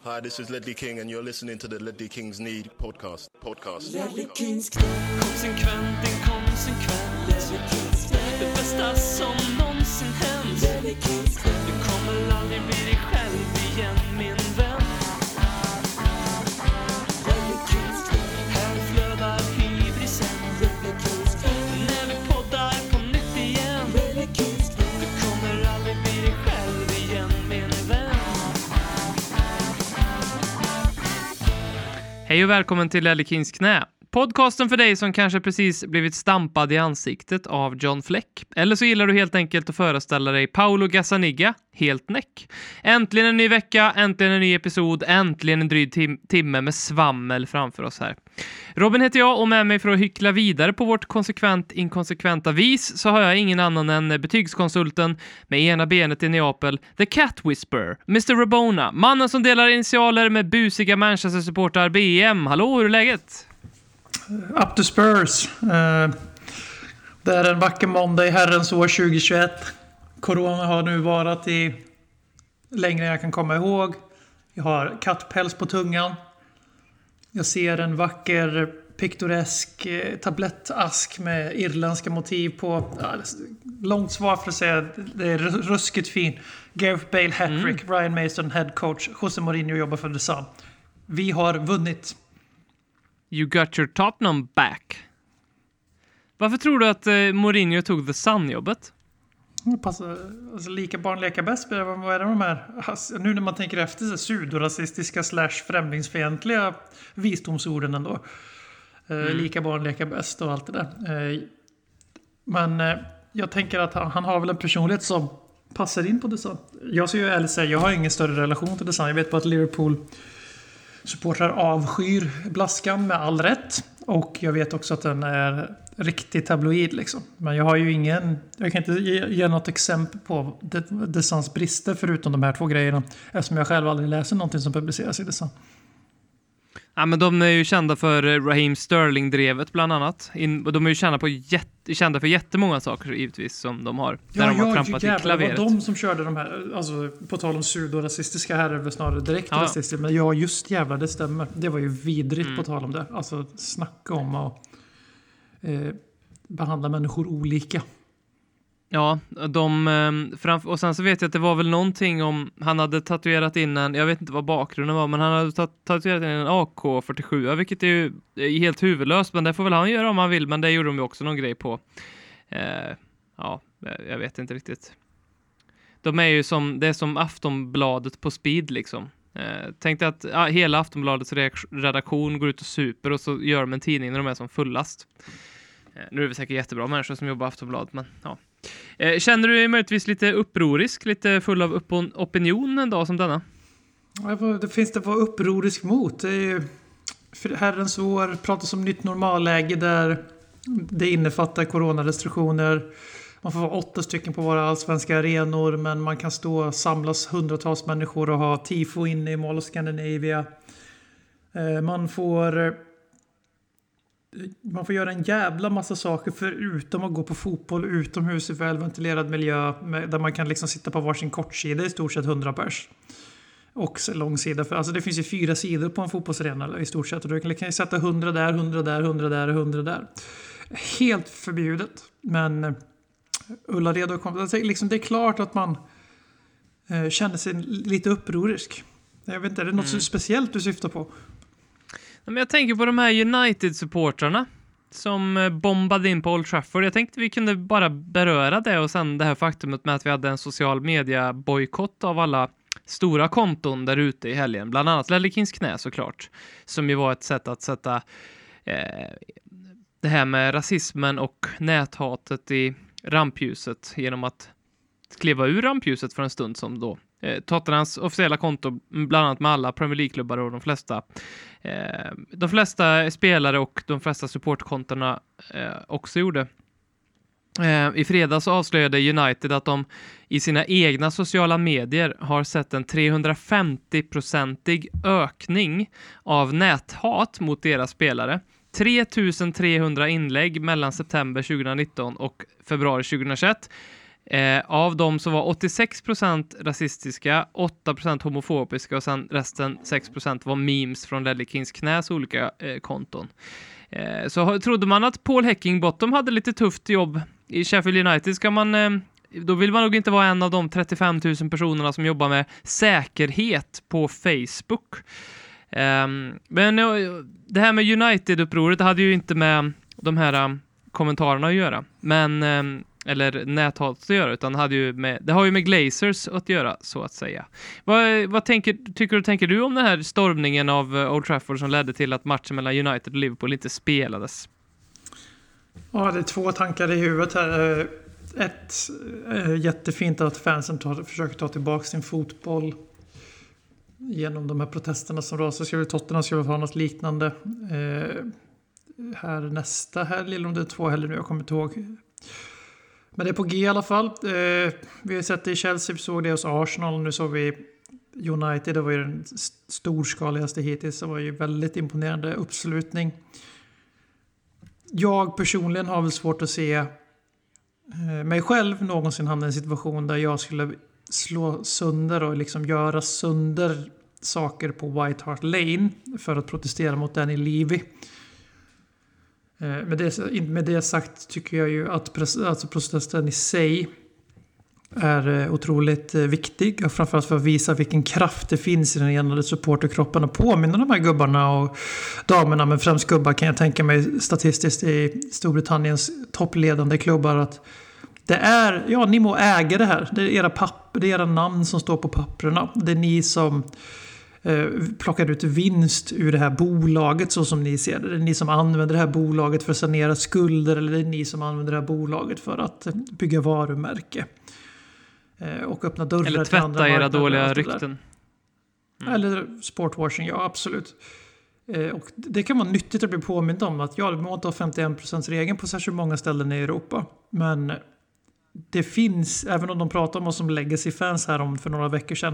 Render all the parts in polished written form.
Hi, this is Ledley King and you're listening to the Ledley Kings Need podcast. Ledley Kings knä. Konsekvent, inkonsekvent. Det bästa som någonsin hänt. Ledley Kings knä. Du kommer aldrig bli dig själv igen, min vän. Ledley Kings knä. Här flödar hybrisen. Ledley Kings knä. När vi poddar på nytt igen. Ledley Kings knä. Du kommer aldrig bli dig själv igen, min vän. Hej och välkommen till Ledley Kings knä. Podcasten för dig som kanske precis blivit stampad i ansiktet av John Fleck. Eller så gillar du helt enkelt att föreställa dig Paolo Gazzaniga helt näck. Äntligen en ny vecka, äntligen en ny episod, äntligen en dryg timme med svammel framför oss här. Robin heter jag och med mig för att hyckla vidare på vårt konsekvent inkonsekventa vis så har jag ingen annan än betygskonsulten med ena benet i Neapel, The Cat Whisperer, Mr. Rabona, mannen som delar initialer med busiga Manchester-supportar BM. Hallå, hur är läget? Up to Spurs. Det är en vacker måndag i herrens år 2021. Corona har nu varit i längre än jag kan komma ihåg. Jag har kattpäls på tungan. Jag ser en vacker piktoresk tablettask med irländska motiv på. Långt svar för att säga det är ruskigt fin. Gareth Bale hattrick, Ryan Mason head coach, Jose Mourinho jobbar för The Sun. Vi har vunnit. You got your Tottenham back. Varför tror du att Mourinho tog The Sun-jobbet? Alltså, lika barn leka bäst. Vad är det de här? Alltså, nu när man tänker efter så pseudorasistiska / främlingsfientliga visdomsorden ändå. Lika barn leka bäst och allt det där. Men jag tänker att han har väl en personlighet som passar in på The Sun. Jag ska ju ärligt säga, jag har ingen större relation till The Sun. Jag vet bara att Liverpool supportrar avskyr blaskan med all rätt. Och jag vet också att den är riktigt tabloid liksom. Men jag har ju jag kan inte ge något exempel på The Suns brister förutom de här två grejerna. Eftersom jag själv aldrig läser någonting som publiceras i The Sun. Ja, men de är ju kända för Raheem Sterling-drevet bland annat. De är ju kända för jättemånga saker givetvis som de har. Där de har trampat i klaveret. Det var de som körde de här, alltså på tal om pseudorasistiska här är det snarare direkt rasistiska. Men ja, just jävlar, det stämmer. Det var ju vidrigt på tal om det. Alltså snacka om att behandla människor olika. Ja, och sen så vet jag att det var väl någonting om han hade tatuerat in jag vet inte vad bakgrunden var, men han hade tatuerat in en AK-47, vilket är ju helt huvudlöst, men det får väl han göra om han vill, men det gjorde de ju också någon grej på. Ja, jag vet inte riktigt. De är ju det är som Aftonbladet på speed liksom. Tänkte att hela Aftonbladets redaktion går ut och super och så gör de en tidning när de är som fullast. Nu är det säkert jättebra människor som jobbar på Aftonbladet, men ja. Känner du dig möjligtvis lite upprorisk, lite full av opinion en dag som denna? Det finns det att vara upprorisk mot. Det är ju herrens år, pratas om nytt normalläge där det innefattar coronarestriktioner. Man får vara 8 stycken på våra allsvenska arenor, men man kan samlas hundratals människor och ha tifo inne i Mall of Scandinavia. Man får göra en jävla massa saker förutom att gå på fotboll utomhus i välventilerad miljö där man kan liksom sitta på varsin kortsida i stort sett 100 pers. Och långsida. Alltså det finns ju 4 sidor på en fotbollsarena i stort sett. Och du kan sätta 100 där, 100 där, 100 där och 100 där. Helt förbjudet. Men Ullared och liksom, det är klart att man känner sig lite upprorisk. Jag vet inte, är det något speciellt du syftar på? Men jag tänker på de här United-supportrarna som bombade in på Old Trafford. Jag tänkte vi kunde bara beröra det och sen det här faktumet med att vi hade en social media-bojkott av alla stora konton där ute i helgen. Bland annat Ledley Kings knä såklart. Som ju var ett sätt att sätta det här med rasismen och näthatet i rampljuset genom att kliva ur rampljuset för en stund som då Tottenhams officiella konto, bland annat med alla Premier League-klubbar och de flesta spelare och de flesta supportkontorna också gjorde. I fredags avslöjade United att de i sina egna sociala medier har sett en 350% ökning av näthat mot deras spelare. 3300 inlägg mellan september 2019 och februari 2021. Av dem så var 86% rasistiska, 8% homofobiska och sen resten 6% var memes från Ledley Kings knäs olika konton. Så trodde man att Paul Heckingbottom hade lite tufft jobb i Sheffield United, då vill man nog inte vara en av de 35 000 personerna som jobbar med säkerhet på Facebook. Men det här med United-upproret hade ju inte med de här kommentarerna att göra, eller näthat att göra, utan det har ju med Glazers att göra, så att säga. Vad tänker du om den här stormningen av Old Trafford som ledde till att matchen mellan United och Liverpool inte spelades? Ja, det är 2 tankar i huvudet här. Jättefint att fansen försöker ta tillbaka sin fotboll genom de här protesterna som rasar. Tottenham skulle ha något liknande här nästa helg, eller om det är 2 helger nu, jag kommer inte ihåg. Men det är på G i alla fall. Vi har sett det i Chelsea, vi såg det hos Arsenal, och nu såg vi United. Det var ju den storskaligaste hittills. Det var ju väldigt imponerande uppslutning. Jag personligen har väl svårt att se mig själv någonsin hamna i en situation där jag skulle slå sönder och liksom göra sönder saker på White Hart Lane för att protestera mot Danny Levy. Med det sagt tycker jag ju att protesten i sig är otroligt viktig, och framförallt för att visa vilken kraft det finns i den enade supporterkroppen, och påminna de här gubbarna och damerna, men främst gubbar kan jag tänka mig statistiskt i Storbritanniens toppledande klubbar, att det är, ni må äga det här, det är era namn som står på papperna, det är ni som plockar ut vinst ur det här bolaget så som ni ser det. Det är ni som använder det här bolaget för att sanera skulder, eller det är ni som använder det här bolaget för att bygga varumärke och öppna dörrar eller till andra tvätta era marknader, dåliga rykten. Eller sportwashing, ja absolut. Och det kan vara nyttigt att bli påmind om att det må inte ha 51%-regeln på särskilt många ställen i Europa, men det finns, även om de pratar om oss som legacy-fans här för några veckor sedan,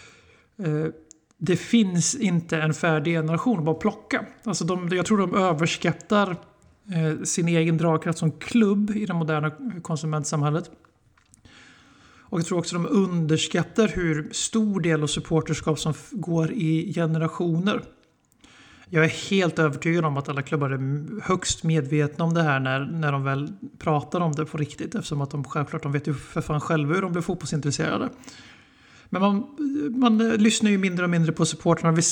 det finns inte en färdig generation att bara plocka. Alltså jag tror de överskattar sin egen dragkraft som klubb i det moderna konsumentsamhället. Och jag tror också de underskattar hur stor del av supporterskap som går i generationer. Jag är helt övertygad om att alla klubbar är högst medvetna om det här när de väl pratar om det på riktigt, eftersom att de vet ju för fan själva hur de blir fotbollsintresserade. Men man lyssnar ju mindre och mindre på supporterna. Vi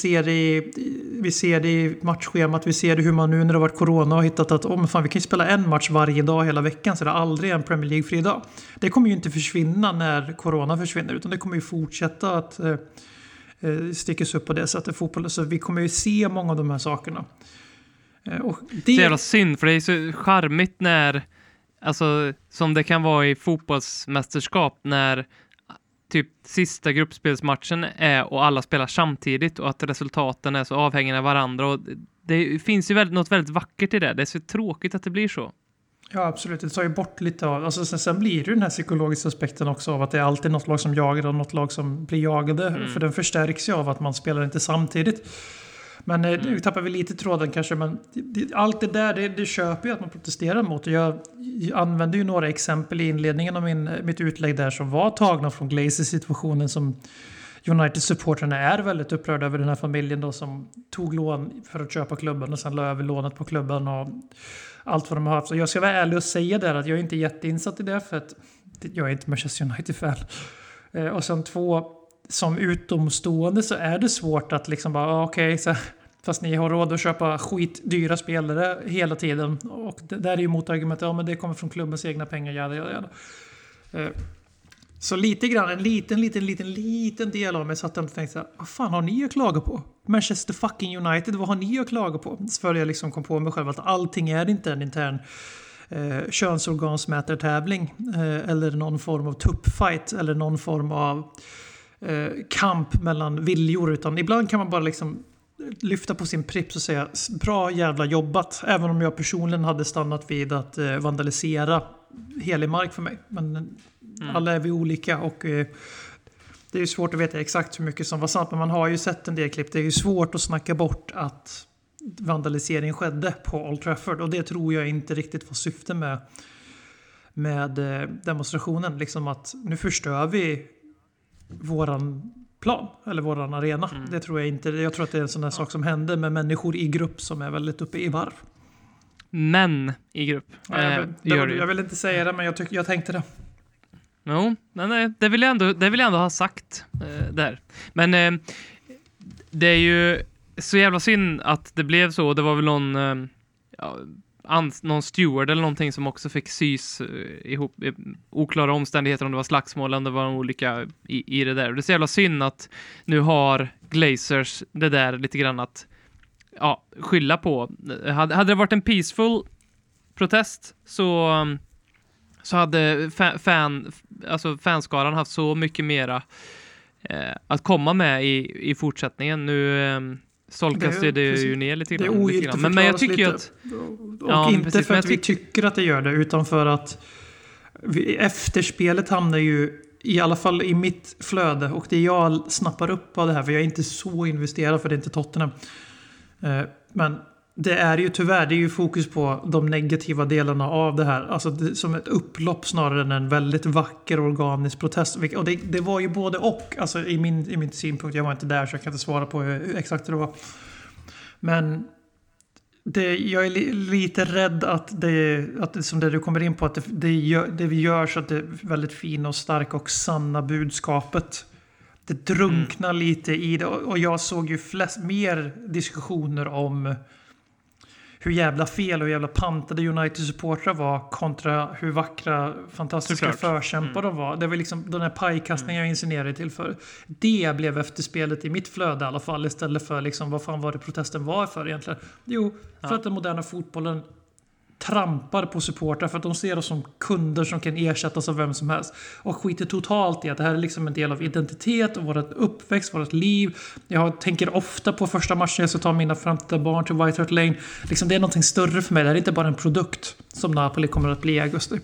ser det i matchschemat. Vi ser det hur man nu när det har varit corona har hittat att vi kan ju spela en match varje dag hela veckan, så det är aldrig en Premier League-fri dag. Det kommer ju inte försvinna när corona försvinner, utan det kommer ju fortsätta att stickas upp på det sättet fotboll. Så vi kommer ju se många av de här sakerna. Och det är jävla synd, för det är så charmigt när, alltså, som det kan vara i fotbollsmästerskap, när typ sista gruppspelsmatchen är och alla spelar samtidigt och att resultaten är så avhängiga av varandra, och det finns ju något väldigt vackert i det. Det är så tråkigt att det blir så. Ja, absolut. Det tar ju bort lite av, alltså sen blir det ju den här psykologiska aspekten också av att det är alltid något lag som jagar och något lag som blir jagade, för den förstärks ju av att man spelar inte samtidigt. Men nu tappar vi lite tråden kanske, men allt det där, det köper ju att man protesterar mot. Jag använde ju några exempel i inledningen av mitt utlägg där som var tagna från Glazers-situationen, som United-supporterna är väldigt upprörda över, den här familjen då som tog lån för att köpa klubben och sen la över lånet på klubben och allt vad de har haft. Så jag ska vara ärlig och säga där att jag är inte jätteinsatt i det, för att jag är inte Manchester United-fan. Och sen 2, som utomstående så är det svårt att liksom bara, okej, så fast ni har råd att köpa skitdyra spelare hela tiden. Och det där är ju motargumentet, men det kommer från klubbens egna pengar, jada. Så lite grann, en liten del av mig satt och tänkte så här, vad fan har ni att klaga på? Manchester fucking United, vad har ni att klaga på? För jag liksom kom på mig själv att allting är inte en intern könsorgansmätartävling eller någon form av tuppfight eller någon form av kamp mellan viljor, utan ibland kan man bara liksom lyfta på sin prips och säga bra jävla jobbat, även om jag personligen hade stannat vid att vandalisera helig mark för mig. Men alla är vi olika, och det är ju svårt att veta exakt hur mycket som var sant, men man har ju sett en del klipp. Det är ju svårt att snacka bort att vandalisering skedde på Old Trafford, och det tror jag inte riktigt var syfte med med demonstrationen. Liksom att nu förstör vi våran plan eller våran arena. Det tror jag inte. Jag tror att det är en sån där sak som händer med människor i grupp som är väldigt uppe i varv. Män i grupp. Jag vill inte säga det, men jag tänkte det. Jo, nej, det vill jag ändå ha sagt där. Men det är ju så jävla synd att det blev så. Det var väl någon steward eller någonting som också fick sys ihop i oklara omständigheter, om det var slagsmål eller om det var en olycka i det där. Det är så jävla synd att nu har Glazers det där lite grann att skylla på. Hade det varit en peaceful protest så hade fanskaran haft så mycket mera att komma med i fortsättningen. Nu solkas det ju ner lite grann. Det är ogiltigt att men jag tycker att... Och inte precis, för att vi tycker att det gör det, utan för att efterspelet hamnar ju i alla fall i mitt flöde, och det jag snappar upp av det här, för jag är inte så investerad, för det är inte Tottenham. Men det är ju tyvärr, det är ju fokus på de negativa delarna av det här. Alltså det, som ett upplopp snarare än en väldigt vacker organisk protest. Och det var ju både och. Alltså i min synpunkt, jag var inte där så jag kan inte svara på exakt hur det var. Men jag är lite rädd att det som det du kommer in på, att det vi gör så att det är väldigt fina och starka och sanna budskapet. Det drunknar lite i det. Och jag såg ju mer diskussioner om hur jävla fel och jävla pantade United-supportrar var kontra hur vackra, fantastiska förkämpar de var. Det var liksom den här pajkastningen jag insinuerade till för. Det blev efterspelet i mitt flöde i alla fall, istället för liksom, vad fan var det protesten var för egentligen? Jo, för att den moderna fotbollen trampar på supportrar, för att de ser oss som kunder som kan ersättas av vem som helst, och skiter totalt i att det här är liksom en del av identitet och vårt uppväxt, vårt liv. Jag tänker ofta på första matchen jag ska ta mina framtida barn till White Hart Lane. Liksom, det är någonting större för mig. Det är inte bara en produkt som Napoli kommer att bli i augusti.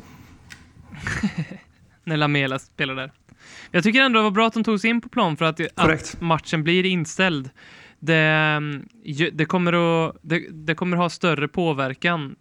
När Lamela spelar där. Jag tycker ändå det var bra att de tog sig in på plan, för att matchen blir inställd. Det kommer ha större påverkan.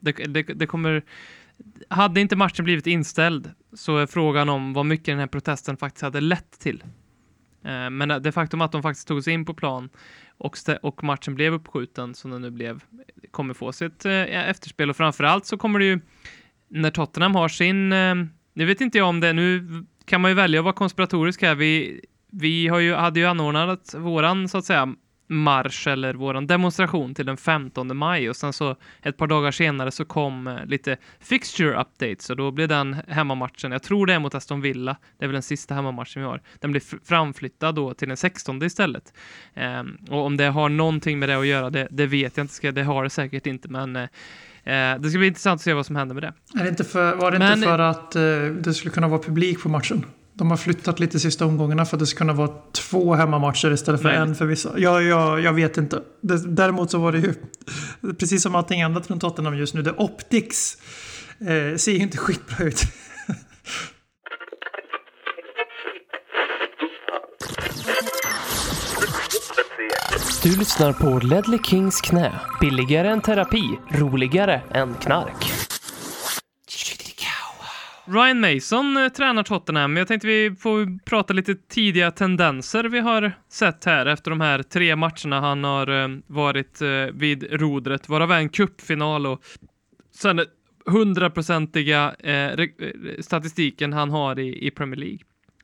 Hade inte matchen blivit inställd, så är frågan om vad mycket den här protesten faktiskt hade lett till. Men det faktum att de faktiskt tog sig in på plan och matchen blev uppskjuten som den nu blev, kommer få sitt efterspel. Och framförallt så kommer det ju, när Tottenham har sin, nu vet inte jag om det, nu kan man ju välja att vara konspiratorisk här. Vi hade ju anordnat våran, så att säga, marsch eller våran demonstration till den 15 maj, och sen så ett par dagar senare så kom lite fixture updates, och då blev den hemmamatchen, jag tror det är mot Aston Villa, det är väl den sista hemmamatchen vi har, den blir framflyttad då till den 16 istället. Och om det har någonting med det att göra, det vet jag inte, det har det säkert inte, men det ska bli intressant att se vad som händer med det. Var det inte för att det skulle kunna vara publik på matchen? De har flyttat lite sista omgångarna för att det ska kunna vara 2 hemmamatcher istället för en för vissa. Jag vet inte. Däremot så var det ju precis som allting annat från Tottenham just nu. Det optics ser ju inte skitbra ut. Du lyssnar på Ledley Kings knä. Billigare än terapi, roligare än knark. Ryan Mason tränar Tottenham. Jag tänkte vi får prata lite tidiga tendenser vi har sett här efter de här 3 matcherna han har varit vid rodret. Varav en cupfinal och sen 100-procentiga statistiken han har i Premier League.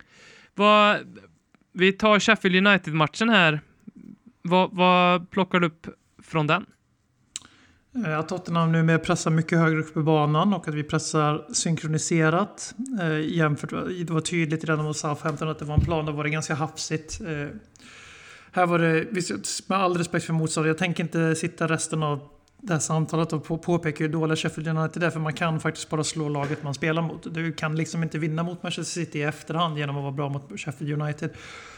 Vi tar Sheffield United-matchen här. Vad plockar du upp från den? Att Tottenham nu med pressar mycket högre upp i banan, och att vi pressar synkroniserat jämfört. Det var tydligt redan mot Southampton att det var en plan, då var det ganska hafsigt. Här var det, med all respekt för motståndare, jag tänker inte sitta resten av det här samtalet och påpeka hur dåliga Sheffield United är, för man kan faktiskt bara slå laget man spelar mot. Du kan liksom inte vinna mot Manchester City i efterhand genom att vara bra mot Sheffield United.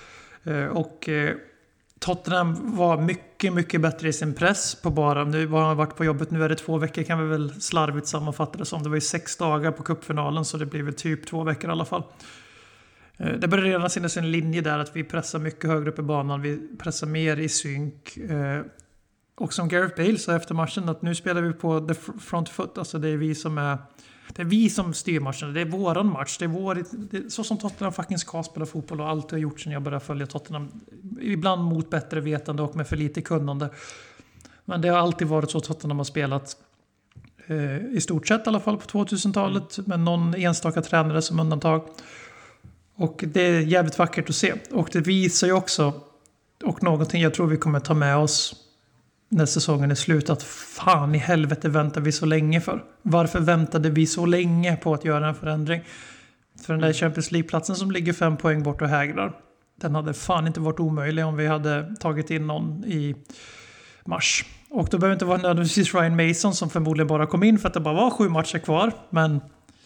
Tottenham var mycket, mycket bättre i sin press på bara. Nu har han varit på jobbet, nu är det 2 veckor, kan vi väl slarvigt sammanfatta det som. Det var ju 6 dagar på cupfinalen, så det blir väl typ 2 veckor i alla fall. Det börjar redan synas en linje där att vi pressar mycket högre upp i banan, vi pressar mer i synk. Och som Gareth Bale sa efter matchen, att nu spelar vi på the front foot, alltså det är vi som är Det är vi som styr matchen. Det är våran match. Det är så som Tottenham fucking ska spela fotboll och alltid har gjort sedan jag började följa Tottenham. Ibland mot bättre vetande och med för lite kunnande. Men det har alltid varit så Tottenham har spelat i stort sett i alla fall på 2000-talet. Med någon enstaka tränare som undantag. Och det är jävligt vackert att se. Och det visar ju också, och någonting jag tror vi kommer ta med oss när säsongen är slut, att fan i helvete väntar vi så länge för. Varför väntade vi så länge på att göra en förändring? För den där Champions League-platsen som ligger 5 poäng bort och hägrar, den hade fan inte varit omöjlig om vi hade tagit in någon i mars. Och då behöver inte vara nödvändigtvis Ryan Mason som förmodligen bara kom in för att det bara var 7 matcher kvar. Men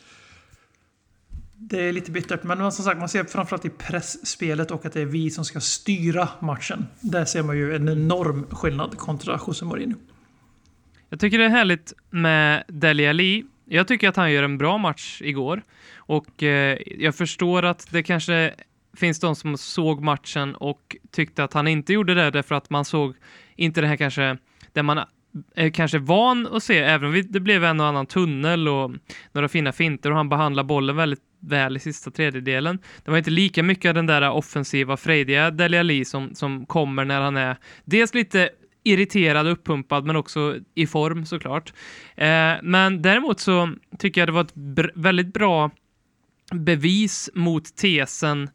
det är lite bittert. Men som sagt, man ser framförallt i pressspelet och att det är vi som ska styra matchen. Där ser man ju en enorm skillnad kontra José Mourinho. Jag tycker det är härligt med Dele Alli. Jag tycker att han gör en bra match igår. Och jag förstår att det kanske finns de som såg matchen och tyckte att han inte gjorde det därför att man såg inte det här kanske där man är kanske van att se, även om det blev en och annan tunnel och några fina finter och han behandlar bollen väldigt väl i sista tredjedelen. Det var inte lika mycket av den där offensiva frejdiga Dele Alli som kommer när han är dels lite irriterad och uppumpad men också i form såklart. Men däremot så tycker jag det var ett väldigt bra bevis mot tesen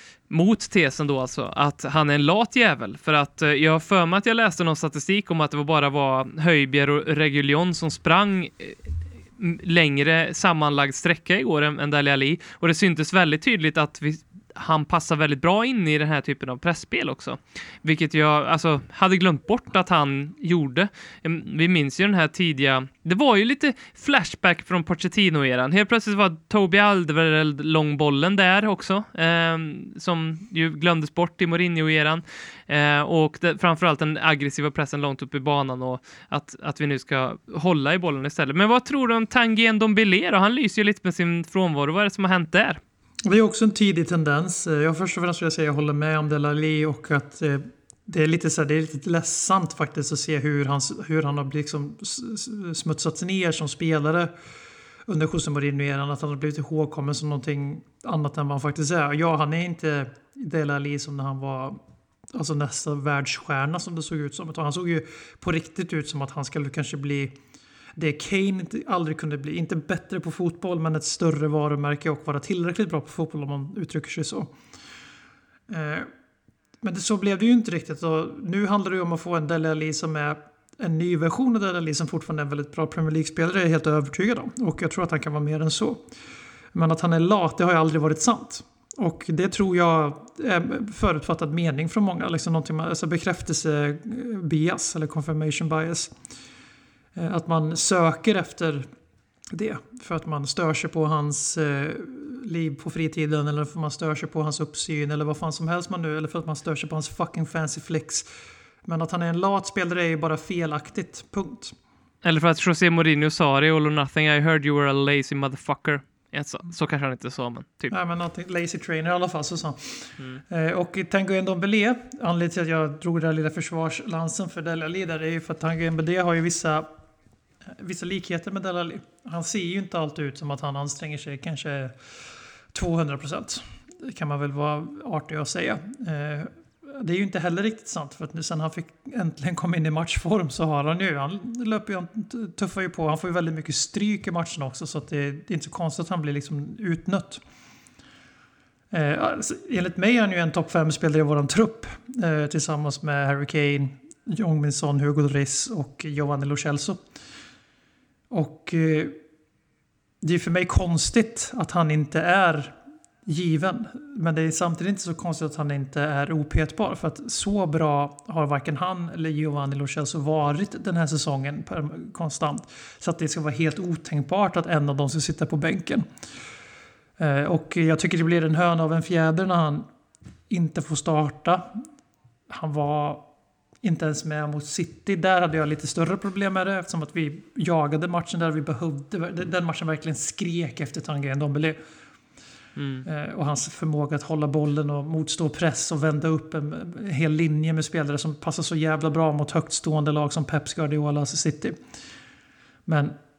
då alltså, att han är en lat jävel. För att jag har för mig att jag läste någon statistik om att det bara var Højbjerg och Reguilón som sprang längre sammanlagd sträcka igår än Dele Alli. Och det syntes väldigt tydligt att han passar väldigt bra in i den här typen av pressspel också. Vilket jag hade glömt bort att han gjorde. Vi minns ju den här tidiga... Det var ju lite flashback från Pochettino-eran. Helt plötsligt var Toby Alderweireld långbollen där också. Som ju glömdes bort i Mourinho-eran. Och framförallt den aggressiva pressen långt upp i banan. Och att vi nu ska hålla i bollen istället. Men vad tror du om Tanguy Ndombele? Han lyser ju lite med sin frånvaro. Vad är det som har hänt där? Det är också en tidig tendens. Jag först och främst vill jag säga att jag håller med om Dele Alli och att det är lite ledsamt faktiskt att se hur han har liksom smutsats ner som spelare under José Mourinho, att han har blivit ihågkommen som någonting annat än vad han faktiskt är. Ja, han är inte Dele Alli som när han var nästa världsstjärna som det såg ut som. Han såg ju på riktigt ut som att han skulle kanske bli det Kane aldrig kunde bli, inte bättre på fotboll men ett större varumärke och vara tillräckligt bra på fotboll om man uttrycker sig så. Men så blev det ju inte riktigt och nu handlar det ju om att få en Dele Alli som är en ny version av Dele Alli som fortfarande är en väldigt bra Premier League-spelare, är jag helt övertygad om. Och jag tror att han kan vara mer än så. Men att han är lat, det har ju aldrig varit sant. Och det tror jag är förutfattad mening från många, liksom någonting bekräftelse bias eller confirmation bias. Att man söker efter det för att man stör sig på hans liv på fritiden eller för att man stör sig på hans uppsyn eller vad fan som helst man nu, eller för att man stör sig på hans fucking fancy flicks. Men att han är en lat spelare är ju bara felaktigt, punkt. Eller för att José Mourinho sa det i All or Nothing, I heard you were a lazy motherfucker. Så kanske han inte sa, men typ. Nej, men någonting, lazy trainer i alla fall, så sa han. Och Tanguy Ndombele, anledningen till att jag drog den där lilla försvarslansen för Dele Alli där, är ju för att Tanguy Ndombele har ju vissa likheter med Dele Alli. Han ser ju inte alltid ut som att han anstränger sig kanske 200%. Det kan man väl vara artig att säga. Det är ju inte heller riktigt sant, för att nu sen han fick äntligen komma in i matchform så har han löper ju, tuffar ju på. Han får ju väldigt mycket stryk i matchen också, så att det är inte så konstigt att han blir liksom utnött. Enligt mig är han ju en topp 5-spelare i våran trupp tillsammans med Harry Kane, Jong-Min Son, Hugo Lloris och Giovanni Lo Celso. Och det är för mig konstigt att han inte är given. Men det är samtidigt inte så konstigt att han inte är opetbar. För att så bra har varken han eller Giovanni Lo Celso varit den här säsongen konstant. Så att det ska vara helt otänkbart att en av dem ska sitta på bänken. Och jag tycker det blir en höna av en fjäder när han inte får starta. Han var inte ens med mot City. Där hade jag lite större problem med det, eftersom att vi jagade matchen där vi behövde. Den matchen verkligen skrek efter Tanguy Ndombele. Och hans förmåga att hålla bollen och motstå press och vända upp en hel linje med spelare som passar så jävla bra mot högt stående lag som Pep Guardiolas City. Men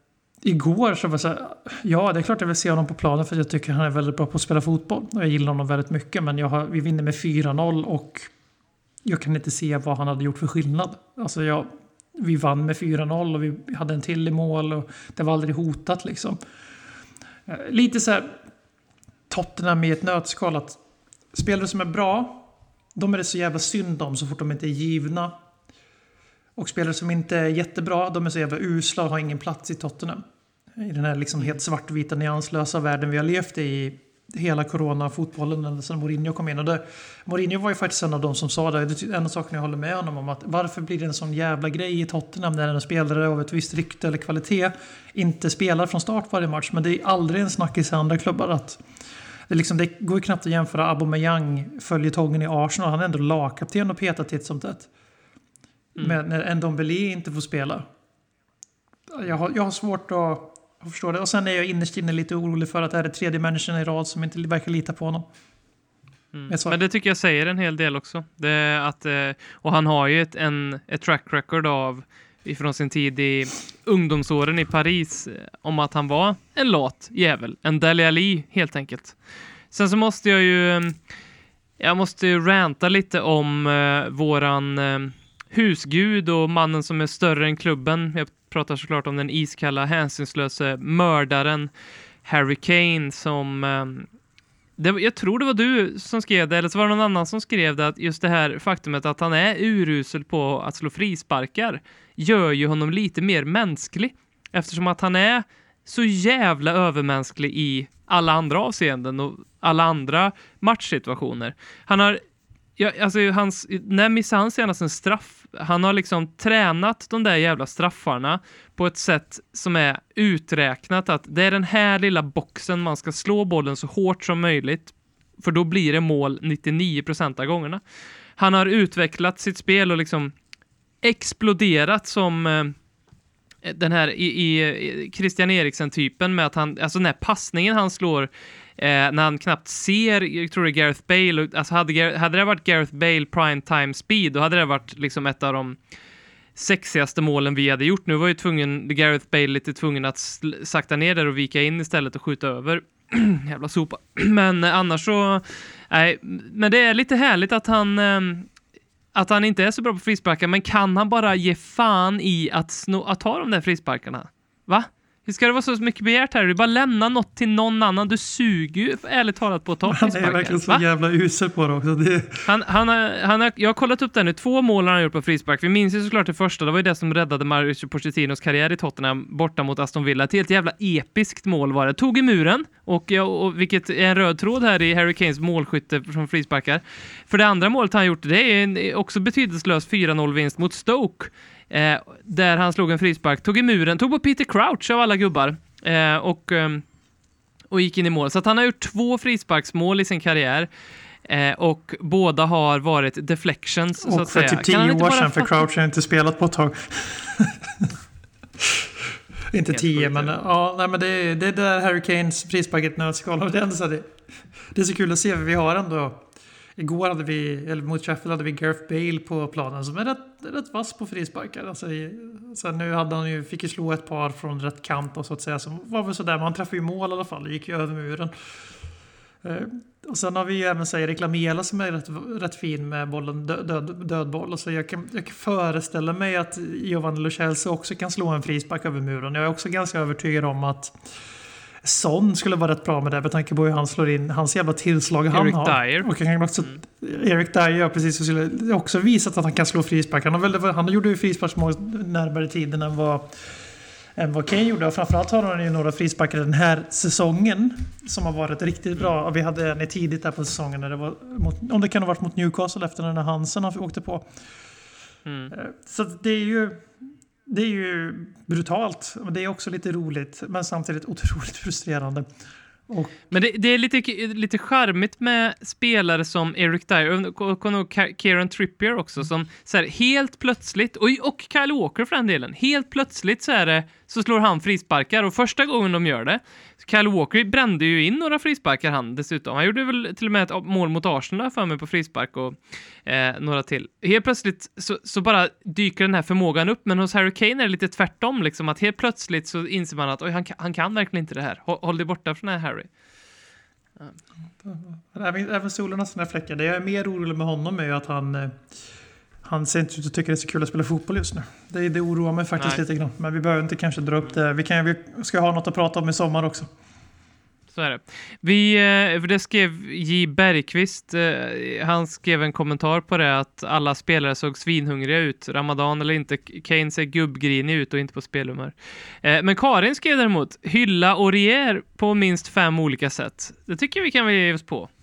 igår så var det så här, ja det är klart jag vill se honom på planen för jag tycker han är väldigt bra på att spela fotboll. Och jag gillar honom väldigt mycket, men vi vinner med 4-0 och jag kan inte se vad han hade gjort för skillnad. Alltså vi vann med 4-0 och vi hade en till i mål och det var aldrig hotat liksom. Lite så här Tottenham i ett nötskal, att spelare som är bra, de är det så jävla synd om så fort de inte är givna. Och spelare som inte är jättebra, de är så jävla usla och har ingen plats i Tottenham. I den här liksom helt svartvita, nyanslösa världen vi har levt i hela corona-fotbollen sen Mourinho kom in. Och Mourinho var ju faktiskt en av de som sa det. En av sakerna jag håller med honom om, att varför blir det en sån jävla grej i Tottenham när en spelare av ett visst rykte eller kvalitet inte spelar från start varje match. Men det är aldrig en snackis i andra klubbar att det går ju knappt att jämföra Aubameyang följetongen i Arsenal. Han är ändå lagkapten och petar till ett sånt där. Men när en Ndombele inte får spela. Jag har svårt att förstå det. Och sen är jag innerst inne lite orolig för att det är det tredje människan i rad som inte verkar lita på honom. Men det tycker jag säger en hel del också. Och han har ju ett track record ifrån sin tid i ungdomsåren i Paris om att han var en lat jävel. En Dele Alli helt enkelt. Sen så måste jag måste ranta lite om våran husgud och mannen som är större än klubben. Jag pratar såklart om den iskalla, hänsynslösa mördaren Harry Kane som... jag tror det var du som skrev det, eller så var det någon annan som skrev det, att just det här faktumet att han är urusel på att slå frisparkar gör ju honom lite mer mänsklig. Eftersom att han är så jävla övermänsklig i alla andra avseenden och alla andra matchsituationer. När missade han senast en straff? Han har liksom tränat de där jävla straffarna på ett sätt som är uträknat, att det är den här lilla boxen man ska slå bollen så hårt som möjligt, för då blir det mål 99% av gångerna. Han har utvecklat sitt spel och liksom exploderat som den här i Christian Eriksen-typen med att den här passningen han slår när han knappt ser, jag tror det är Gareth Bale, alltså hade det varit Gareth Bale prime time speed, då hade det varit liksom ett av de sexigaste målen vi hade gjort. Nu var ju Gareth Bale lite tvungen att sakta ner där och vika in istället och skjuta över. Jävla sopa. Men annars så men det är lite härligt att han inte är så bra på frisparkar, men kan han bara ge fan i att ta de där frisparkarna? Va? Hur ska det vara så mycket begärt här? Du bara lämna något till någon annan. Du suger ju ärligt talat på att ta frisparkar. Han är verkligen så jävla usel på det också. Jag har kollat upp det nu. 2 mål har han gjort på frispark. Vi minns ju såklart det första. Det var ju det som räddade Mauricio Pochettinos karriär i Tottenham borta mot Aston Villa. Ett helt jävla episkt mål var det. Tog i muren. Och vilket är en röd tråd här i Harry Kanes målskytte från frisparkar. För det andra målet han gjort, det är också betydelselös 4-0-vinst mot Stoke. Där han slog en frispark, tog i muren, tog på Peter Crouch av alla gubbar och gick in i mål. Så att han har gjort 2 frisparksmål i sin karriär och båda har varit deflections. Och så att för säga. typ 10 år sedan, för Crouch har inte spelat på ett tag. Inte 10, men men det är där Harry Kanes frisparket nötskal. Det är så kul att se, för vi har ändå. Igår hade vi, mot Sheffield hade vi Gareth Bale på planen som är rätt vass på frisparkar. Alltså, sen nu fick ju slå ett par från rätt kant och så att säga. Så var väl sådär, man träffade ju mål i alla fall. Det gick ju över muren. Och sen har vi ju även Erik Lamela som är rätt fin med bollen, dödboll. Så jag kan föreställa mig att Giovanni Lo Celso också kan slå en frispark över muren. Jag är också ganska övertygad om att Son skulle vara rätt bra med det, med tanke på hur han slår in, hans jävla tillslag han har. Dyer. Och han också, Eric Dyer, precis, så skulle också visat att han kan slå frispark. Han gjorde ju frisparksmål närmare tiden än vad Kane gjorde. Och framförallt har han ju några frisparkar den här säsongen som har varit riktigt bra. Och vi hade en tidigt där på säsongen när det var om det kan ha varit mot Newcastle efter den här Hansen han åkte på. Så det är ju brutalt, och det är också lite roligt, men samtidigt otroligt frustrerande. Men det är lite charmigt med spelare som Eric Dyer och Kieran Trippier också, som så här, helt plötsligt, och Kyle Walker för den delen, helt plötsligt så slår han frisparkar, och första gången de gör det, Kyle Walker brände ju in några frisparkar han dessutom. Han gjorde väl till och med ett mål mot Arsenal för mig på frispark och några till. Helt plötsligt så bara dyker den här förmågan upp, men hos Harry Kane är det lite tvärtom liksom, att helt plötsligt så inser man att han kan verkligen inte det här. Håll dig borta från den här Harry. Även solen har sina fläckar. Det jag är mer orolig med honom är ju att han ser inte ut att tycka det är så kul att spela fotboll just nu. Det oroar mig faktiskt lite grann. Men vi behöver inte kanske dra upp det. Vi ska ha något att prata om i sommar också. Så är det. För det skrev J. Bergqvist. Han skrev en kommentar på det, att alla spelare såg svinhungriga ut. Ramadan eller inte. Kane ser gubbgrinig ut och inte på spelhumör. Men Karin skrev däremot: hylla Aurier på minst 5 olika sätt. Det tycker vi kan ge oss på.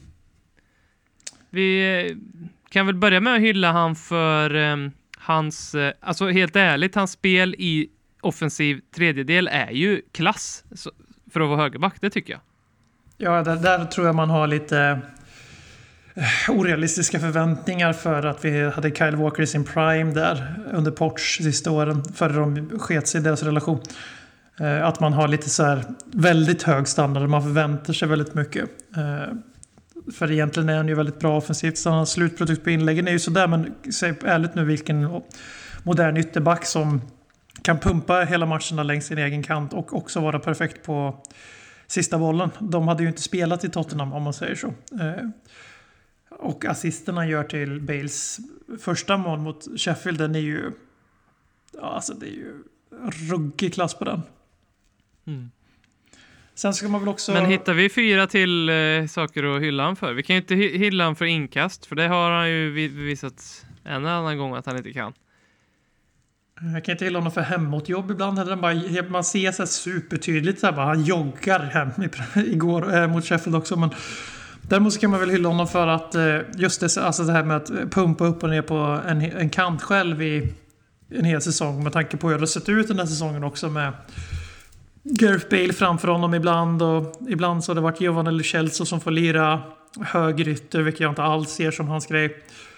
Vi kan väl börja med att hylla han för hans, alltså helt ärligt, hans spel i offensiv tredjedel är ju klass för att vara högerback, det tycker jag. Ja, där tror jag man har lite orealistiska förväntningar, för att vi hade Kyle Walker i sin prime där under Poch sista åren, före de sket sig i deras relation. Att man har lite så här väldigt hög standard, man förväntar sig väldigt mycket. För egentligen är han ju väldigt bra offensivt, så hans slutprodukt på inläggen är ju sådär, men säg ärligt nu vilken modern ytterback som kan pumpa hela matcherna längs sin egen kant och också vara perfekt på sista bollen. De hade ju inte spelat i Tottenham, om man säger så. Och assisterna gör till Bales första mål mot Sheffield, den är ju, alltså det är ju ruggig klass på den. Sen ska man väl också... Men hittar vi 4 till saker att hylla han för? Vi kan ju inte hylla han för inkast, för det har han ju visat en annan gång att han inte kan. Jag kan inte hylla honom för hemåtjobb ibland. Man ser så här supertydligt så här, han joggar hem igår mot Sheffield också. Men däremot så kan man väl hylla honom för att just det, alltså det här med att pumpa upp och ner på en kant själv i en hel säsong, med tanke på hur det har sett ut den här säsongen också, med Gareth Bale framför honom ibland, och ibland så har det varit Giovanni Lo Celso som får lira högerytter, vilket jag inte alls ser som hans grej.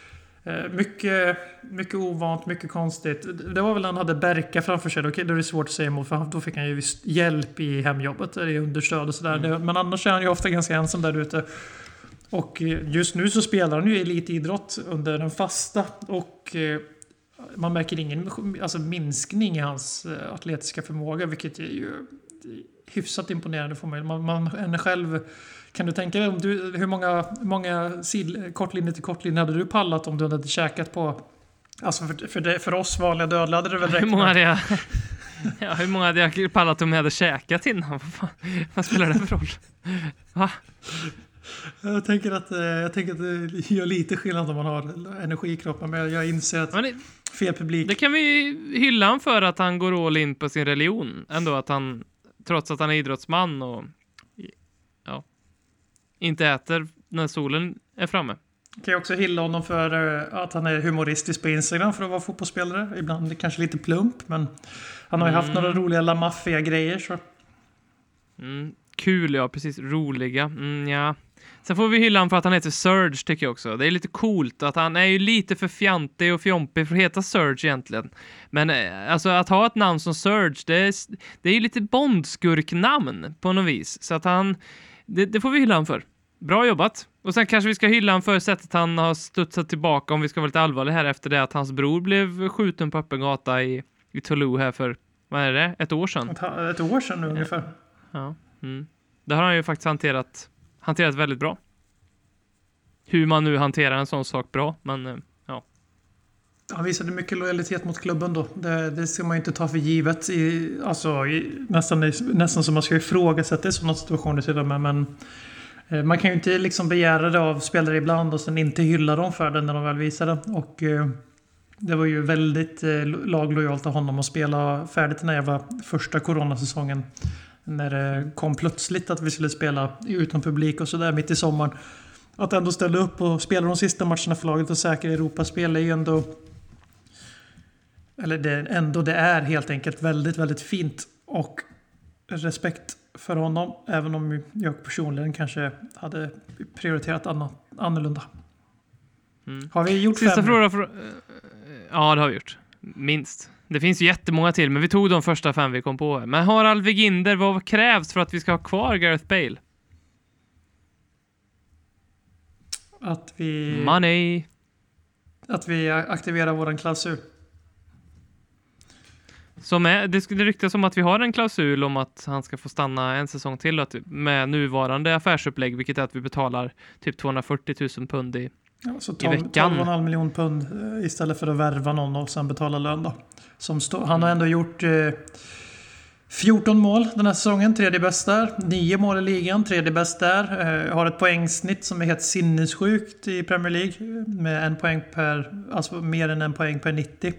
Mycket ovant, mycket konstigt. Det var väl han hade Berka framför sig. Okej, det är svårt att säga emot, för då fick han ju hjälp i hemjobbet, i understöd och sådär. Men annars är han ju ofta ganska ensam där ute. Och just nu så spelar han ju elitidrott under den fasta, och man märker ingen minskning i hans atletiska förmåga, vilket är ju hyfsat imponerande för mig. Man är själv. Kan du tänka dig hur många kortlinjer till kortlinjer hade du pallat om du hade käkat på, alltså för oss vanliga dödliga hade det väl räckt? Hur många hade jag pallat om jag hade käkat innan? Vad spelar det för roll? Va? Jag tänker att det gör lite skillnad om man har energi i kroppen, men jag inser att fel publik. Det kan vi hylla han för, att han går all in på sin religion ändå, att han, trots att han är idrottsman och inte äter när solen är framme. Kan jag också hylla honom för att han är humoristisk på Instagram för att vara fotbollsspelare. Ibland kanske lite plump, men han har ju haft några roliga La Mafia-grejer. Så. Kul, ja, precis. Roliga. Ja. Sen får vi hylla honom för att han heter Surge, tycker jag också. Det är lite coolt att han är ju lite för fjantig och fjompig för att heta Surge egentligen. Men alltså att ha ett namn som Surge, det är ju lite Bondskurknamn på något vis. Så att det får vi hylla honom för. Bra jobbat. Och sen kanske vi ska hylla honom för sättet han har studsat tillbaka, om vi ska vara lite allvarliga här, efter det att hans bror blev skjuten på öppen gata i Toulouse här för, vad är det? Ett år sedan? Ett år sedan ungefär. Ja. Det har han ju faktiskt hanterat väldigt bra. Hur man nu hanterar en sån sak bra, men ja. Han visade mycket lojalitet mot klubben då. Det ska man ju inte ta för givet. Nästan som man ska ifrågasätta i sådana situationer till och med. Men man kan ju inte liksom begära det av spelare ibland och sen inte hylla dem för det när de väl visar det. Och det var ju väldigt laglojalt av honom att spela färdigt den här jävla första coronasäsongen. När det kom plötsligt att vi skulle spela utan publik och sådär mitt i sommaren. Att ändå ställa upp och spela de sista matcherna för laget och säkra Europaspel är ju ändå... Eller det är helt enkelt väldigt, väldigt fint. Och respekt för honom. Även om jag personligen kanske hade prioriterat annorlunda. Har vi gjort Sista 5? fråga. Ja, det har vi gjort. Minst. Det finns ju jättemånga till, men vi tog de första 5 vi kom på. Men Harald Weginder, vad krävs för att vi ska ha kvar Gareth Bale? Money. Att vi aktiverar våran klausul. Det ryktas om att vi har en klausul om att han ska få stanna en säsong till och att, med nuvarande affärsupplägg, vilket är att vi betalar typ 240 000 pund i veckan. 12,5 miljoner pund istället för att värva någon och sen betala lön då. Han har ändå gjort 14 mål den här säsongen, 3:e bäst där. 9 mål i ligan, 3:e bäst där. Har ett poängsnitt som är helt sinnessjukt i Premier League. Med mer än en poäng per 90.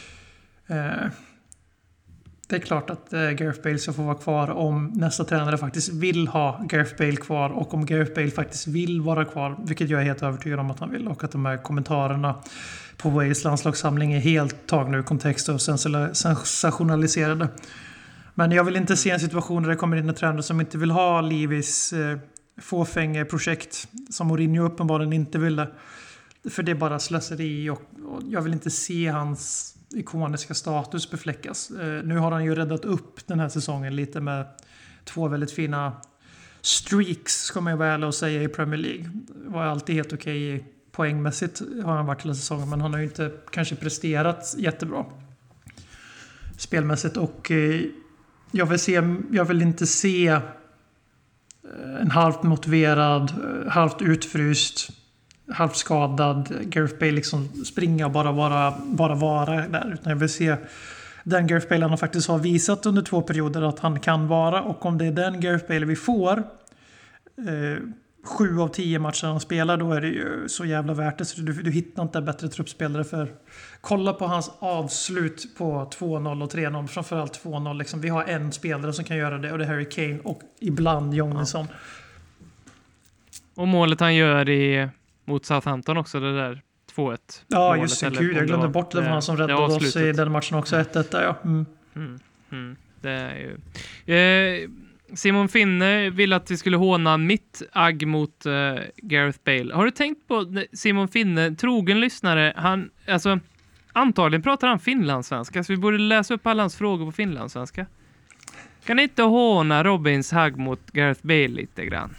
Det är klart att Gareth Bale ska få vara kvar om nästa tränare faktiskt vill ha Gareth Bale kvar. Och om Gareth Bale faktiskt vill vara kvar, vilket jag är helt övertygad om att han vill. Och att de här kommentarerna på Wales landslagssamling är helt tagna ur kontext och sensationaliserade. Men jag vill inte se en situation där det kommer in en tränare som inte vill ha Levis fåfängeprojekt som Mourinho uppenbarligen inte ville. För det är bara slöseri och jag vill inte se hans ikoniska status befläckas. Nu har han ju räddat upp den här säsongen lite med 2 väldigt fina streaks, ska man ju väl och säga, i Premier League. Var alltid helt okej poängmässigt har han varit hela säsongen, men han har ju inte kanske presterat jättebra spelmässigt och jag vill inte se en halvt motiverad, halvt utfryst, halvt skadad Gareth Bale liksom springa och bara vara där, utan jag vill se den Gareth Bale han faktiskt har visat under 2 perioder att han kan vara, och om det är den Gareth Bale vi får 7 av 10 matcher han spelar, då är det ju så jävla värt det, så du hittar inte bättre truppspelare för. Kolla på hans avslut på 2-0 och 3-0, framförallt 2-0 liksom. Vi har en spelare som kan göra det och det är Harry Kane och ibland Johnson. Och målet han gör mot Southampton också, det där 2-1. Ja, just det. Gud, jag glömde bort det var han som räddade oss i den matchen också, 1-1 där, ja. Det är ju... Simon Finne vill att vi skulle håna mitt agg mot Gareth Bale. Har du tänkt på Simon Finne, trogen lyssnare, antagligen pratar han finlandssvenska, så vi borde läsa upp alla hans frågor på finlandssvenska. Kan ni inte håna Robins agg mot Gareth Bale lite grann?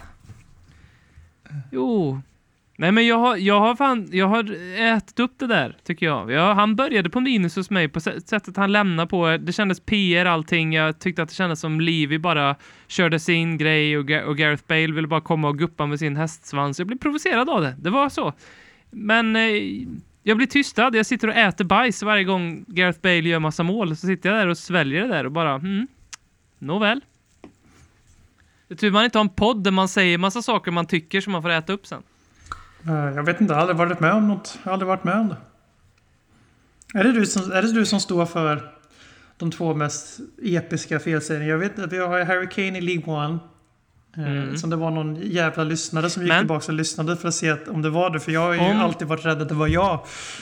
Jo. Nej, men jag har ätit upp det där, tycker jag. Han började på minus hos mig på sättet han lämnade på. Det kändes PR allting. Jag tyckte att det kändes som Levy bara körde sin grej och Gareth Bale ville bara komma och guppa med sin hästsvans. Jag blev provocerad av det. Det var så. Men jag blir tystad. Jag sitter och äter bajs varje gång Gareth Bale gör massa mål. Så sitter jag där och sväljer det där och bara, nåväl. Det tror man inte har en podd där man säger massa saker man tycker som man får äta upp sen. Jag vet inte, jag har aldrig varit med om något. Jag har aldrig varit med om det. Är det du som står för de 2 mest episka felsägningarna? Jag vet att vi har Harry Kane i League 1. Som det var någon jävla lyssnare som gick tillbaka och lyssnade för att se om det var det. För jag har ju alltid varit rädd att det var jag.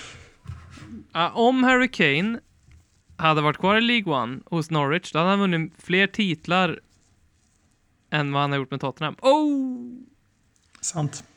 Om Harry Kane hade varit kvar i League 1 hos Norwich, då hade han vunnit fler titlar än vad han har gjort med Tottenham. Sant.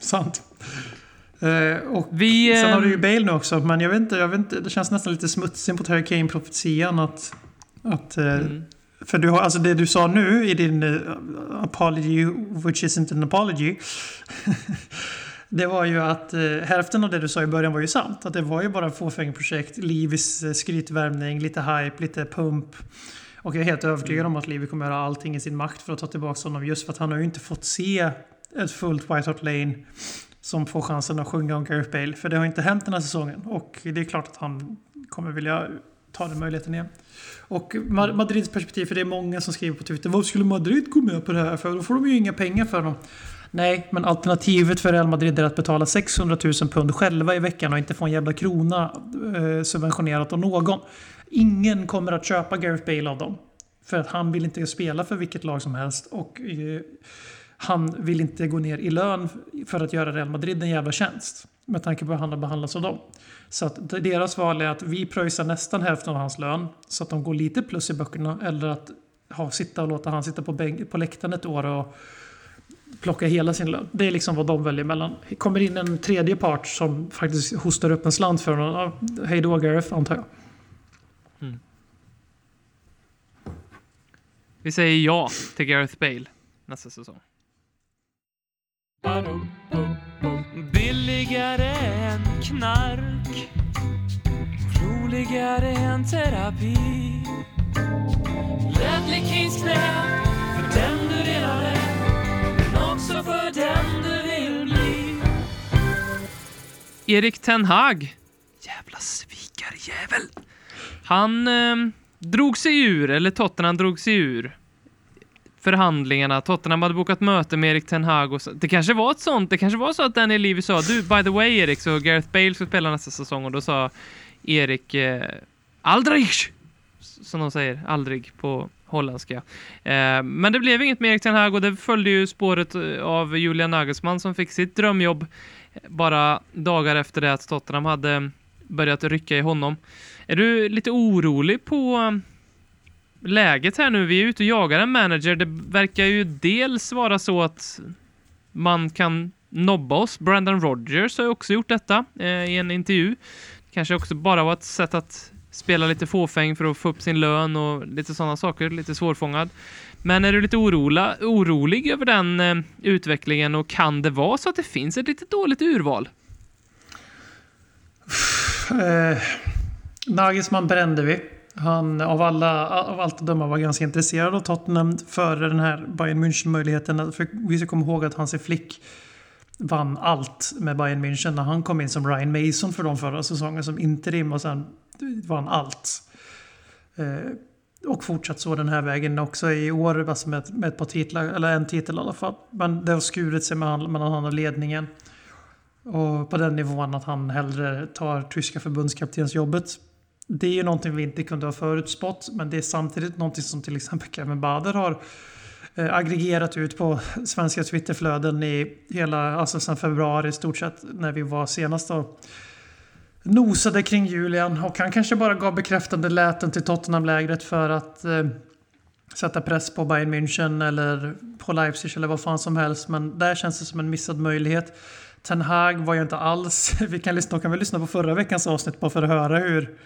Och sen har du ju Bale nu också, men jag vet inte, det känns nästan lite smutsigt på Harry Kane-profetian att för du har, alltså det du sa nu i din apology, which isn't an apology, det var ju att hälften av det du sa i början var ju sant, att det var ju bara ett fåfängeprojekt, Levis skrytvärmning, lite hype, lite pump. Och jag är helt övertygad om att Levy kommer göra allting i sin makt för att ta tillbaka honom, just för att han har ju inte fått se ett fullt White Hart Lane som får chansen att sjunga om Gareth Bale. För det har inte hänt den här säsongen. Och det är klart att han kommer vilja ta den möjligheten igen. Och Madrids perspektiv, för det är många som skriver på Twitter, vad skulle Madrid gå med på det här? För då får de ju inga pengar för dem. Nej, men alternativet för Real Madrid är att betala 600 000 pund själva i veckan och inte få en jävla krona subventionerat av någon. Ingen kommer att köpa Gareth Bale av dem. För att han vill inte spela för vilket lag som helst. Och han vill inte gå ner i lön för att göra Real Madrid en jävla tjänst. Med tanke på hur han har behandlats av dem. Så att deras val är att vi pröjsar nästan hälften av hans lön. Så att de går lite plus i böckerna. Eller att sitta och låta han sitta på läktaren ett år och plocka hela sin lön. Det är liksom vad de väljer mellan. Kommer in en tredje part som faktiskt hostar upp en slant för honom. Hej då Gareth, antar jag. Vi säger ja till Gareth Bale nästa säsong. Billigare än knark, roligare än terapi. Ledley Kings knä för den du redan är, men också för den du vill bli. Erik Ten Hag. Jävla svikarjävel. Han drog sig ur, eller Tottenham drog sig ur förhandlingarna. Tottenham hade bokat möte med Erik Ten Hag. Och det kanske var ett sånt. Det kanske var så att Daniel Levy sa, du, by the way Erik, så Gareth Bale ska spela nästa säsong. Och då sa Erik aldrig, som de säger, aldrig på holländska. Men det blev inget med Erik Ten Hag, och det följde ju spåret av Julian Nagelsmann som fick sitt drömjobb bara dagar efter det att Tottenham hade börjat rycka i honom. Är du lite orolig på läget här nu? Vi är ute och jagar en manager. Det verkar ju dels vara så att man kan nobba oss. Brendan Rodgers har ju också gjort detta i en intervju. Kanske också bara var ett sätt att spela lite fåfäng för att få upp sin lön och lite sådana saker, lite svårfångad. Men är du lite orolig över den utvecklingen, och kan det vara så att det finns ett lite dåligt urval? Nagelsmann brände vi. Han av allt att döma var ganska intresserad av Tottenham före den här Bayern München-möjligheten. För vi ska komma ihåg att Hansi Flick vann allt med Bayern München när han kom in som Ryan Mason för de förra säsongen som interim, och sen vann allt. Och fortsatt så den här vägen också i år, alltså med ett par titlar, eller en titel i alla fall. Men det har skurit sig mellan han och ledningen. Och på den nivån att han hellre tar tyska förbundskaptensjobbet. Det är ju någonting vi inte kunde ha förutspått, men det är samtidigt någonting som till exempel Kevin Bader har aggregerat ut på svenska Twitterflöden i alltså sedan februari i stort sett, när vi var senast och nosade kring Julian, och han kanske bara gav bekräftande läten till Tottenham-lägret för att sätta press på Bayern München eller på Leipzig eller vad fan som helst, men där känns det som en missad möjlighet. Ten Hag var ju inte alls, vi kan lyssna på förra veckans avsnitt bara för att höra hur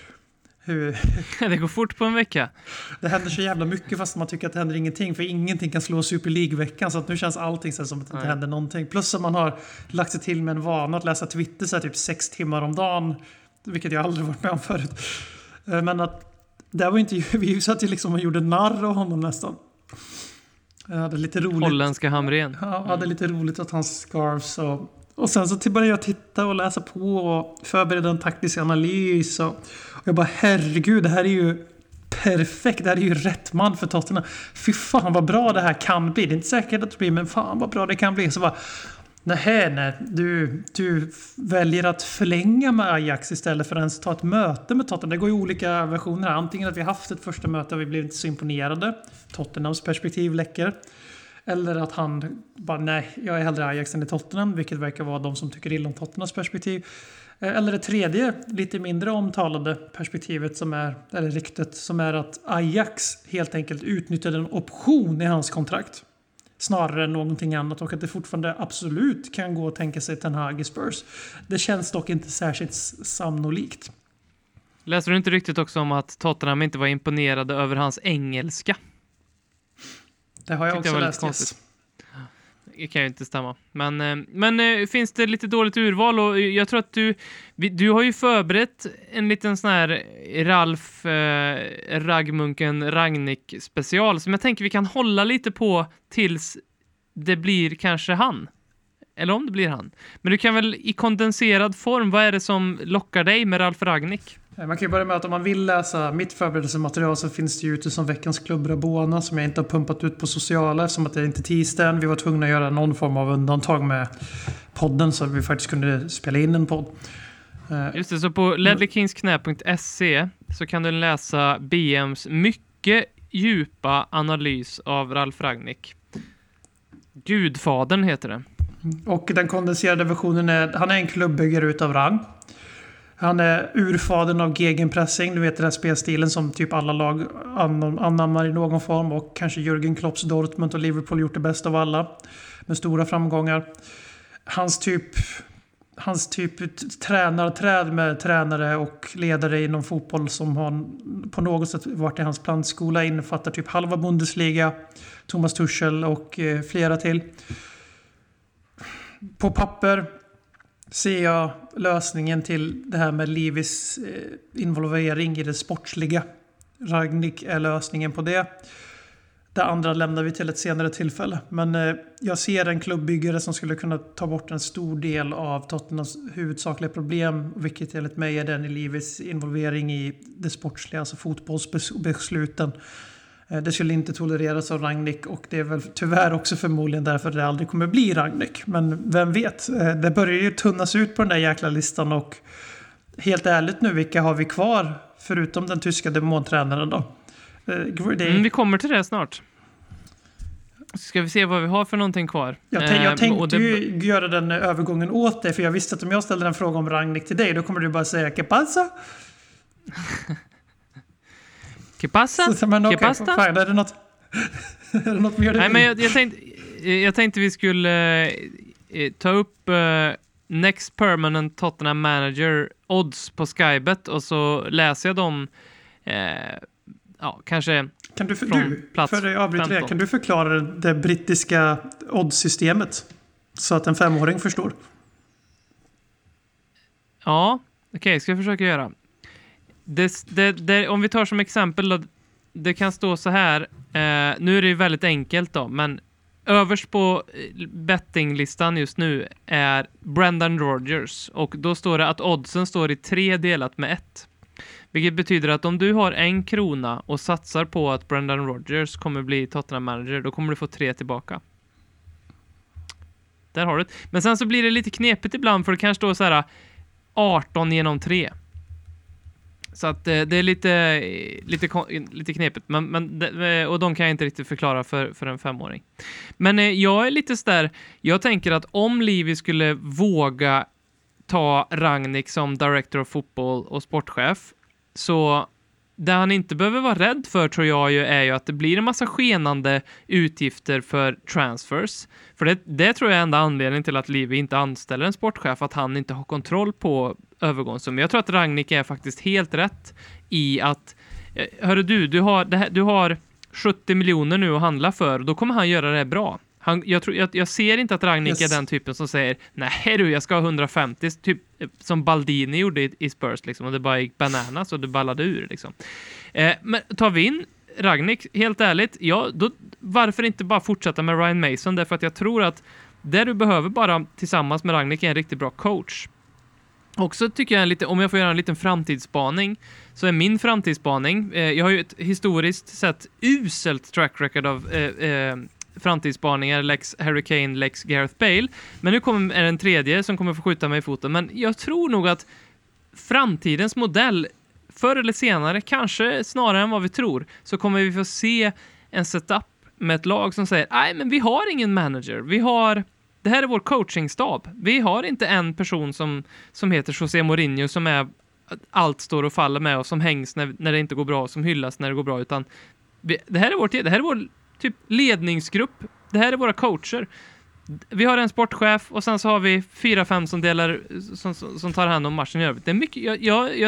det går fort på en vecka. Det händer så jävla mycket fast man tycker att det händer ingenting, för ingenting kan slå Super League-veckan, så att nu känns allting så som att det inte händer någonting. Plus att man har lagt sig till med en vana att läsa Twitter så här typ 6 timmar om dagen, vilket jag aldrig varit med om förut. Men att det var inte, vi satt ju liksom och gjorde narr av honom nästan. Jag hade lite roligt. Holländska Hamrén. Ja, hade lite roligt att hans scarves och sen så började jag titta och läsa på och förbereda en taktisk analys och jag bara, herregud, det här är ju perfekt, det här är ju rätt man för Tottenham. Fy fan vad bra det här kan bli. Det är inte säkert att det blir, men fan vad bra det kan bli. Så bara, nej, du väljer att förlänga med Ajax istället för att ens ta ett möte med Tottenham. Det går ju olika versioner här. Antingen att vi har haft ett första möte och vi blev inte så imponerade. Tottenhams perspektiv läcker. Eller att han bara, nej, jag är hellre Ajax än i Tottenham, vilket verkar vara de som tycker illa om Tottenhams perspektiv. Eller det tredje, lite mindre omtalade perspektivet som är, eller ryktet, som är att Ajax helt enkelt utnyttjade en option i hans kontrakt. Snarare än någonting annat, och att det fortfarande absolut kan gå att tänka sig Ten Hag i Spurs. Det känns dock inte särskilt sannolikt. Läser du inte ryktet också om att Tottenham inte var imponerade över hans engelska? Det har jag också läst. Yes. Det kan ju inte stämma. Men finns det lite dåligt urval? Och jag tror att du har ju förberett en liten sån här Ralf Ragmunken Ragnik special som jag tänker vi kan hålla lite på tills det blir kanske han. Eller om det blir han. Men du kan väl i kondenserad form, vad är det som lockar dig med Ralf Ragnik? Man kan ju börja med att om man vill läsa mitt förberedelsematerial så finns det ju ute som veckans Club Rabona som jag inte har pumpat ut på sociala, som att det är inte tisdagen. Vi var tvungna att göra någon form av undantag med podden så att vi faktiskt kunde spela in en podd. Just det, så på ledleykingsknä.se så kan du läsa BMs mycket djupa analys av Ralf Ragnik. Gudfadern heter det. Och den kondenserade versionen är, han är en klubbbyggare utav rang. Han är urfadern av gegenpressing. Du vet den här spelstilen som typ alla lag anammar i någon form. Och kanske Jürgen Klopps Dortmund och Liverpool gjort det bäst av alla. Med stora framgångar. Hans typ tränarträd med tränare och ledare inom fotboll som har på något sätt varit i hans plantskola innefattar typ halva Bundesliga, Thomas Tuchel och flera till. På papper ser jag lösningen till det här med Levis involvering i det sportsliga. Rangnick är lösningen på det. Det andra lämnar vi till ett senare tillfälle. Men jag ser en klubbbyggare som skulle kunna ta bort en stor del av Tottenhams huvudsakliga problem. Vilket enligt mig är den i Levis involvering i det sportsliga, alltså fotbollsbesluten. Det skulle inte tolereras av Rangnick och det är väl tyvärr också förmodligen därför det aldrig kommer bli Rangnick. Men vem vet, det börjar ju tunnas ut på den där jäkla listan och helt ärligt nu, vilka har vi kvar förutom den tyska demontränaren då? Vi kommer till det snart. Ska vi se vad vi har för någonting kvar. Jag tänkte ju göra den övergången åt dig, för jag visste att om jag ställde en fråga om Rangnick till dig, då kommer du bara säga ¿Qué pasa? ¿Qué pasa? Men ¿Qué pasa? Fine, är det något mer? Nej, men jag tänkte vi skulle ta upp Next Permanent Tottenham Manager odds på Skybet och så läser jag dem kanske från plats för jag avbryter det. Kan du förklara det brittiska oddssystemet så att en 5-åring förstår? Ja, okej, ska jag försöka göra. Om vi tar som exempel då, det kan stå så här, nu är det ju väldigt enkelt då, men överst på bettinglistan just nu är Brendan Rodgers och då står det att oddsen står i 3 delat med 1. Vilket betyder att om du har 1 krona och satsar på att Brendan Rodgers kommer bli Tottenham manager, då kommer du få 3 tillbaka. Där har du det. Men sen så blir det lite knepigt ibland, för det kanske står så här 18 genom 3. Så att det är lite knepigt. Och de kan jag inte riktigt förklara för en 5-åring. Men jag är lite där. Jag tänker att om Levy skulle våga ta Rangnick som director of football och sportchef, så det han inte behöver vara rädd för, tror jag ju, är ju att det blir en massa skenande utgifter för transfers. För det tror jag är enda anledningen till att Levy inte anställer en sportchef, att han inte har kontroll på övergångssumman. Jag tror att Rangnick är faktiskt helt rätt i att hörru du har 70 miljoner nu att handla för, då kommer han göra det bra. Jag ser inte att Rangnick är den typen som säger nej du, jag ska ha 150, typ som Baldini gjorde i Spurs liksom, och det bara gick bananas och det ballade ur liksom. Men tar vi in Rangnick, helt ärligt, då varför inte bara fortsätta med Ryan Mason, därför att jag tror att det du behöver bara tillsammans med Rangnick är en riktigt bra coach. Och så tycker jag om jag får göra en liten framtidsspaning, så är min framtidsspaning, jag har ju ett historiskt sett uselt track record av framtidsspaningar, Lex Harry Kane, Lex Gareth Bale, men nu är det en tredje som kommer få skjuta mig i foten, men jag tror nog att framtidens modell förr eller senare, kanske snarare än vad vi tror, så kommer vi få se en setup med ett lag som säger, nej men vi har ingen manager, det här är vår coachingstab. Vi har inte en person som heter José Mourinho som är allt står och faller med och som hängs när det inte går bra och som hyllas när det går bra, utan det här är vår typ ledningsgrupp. Det här är våra coacher. Vi har en sportchef och sen så har vi 4-5 som tar hand om matchen i övrigt. Det är mycket,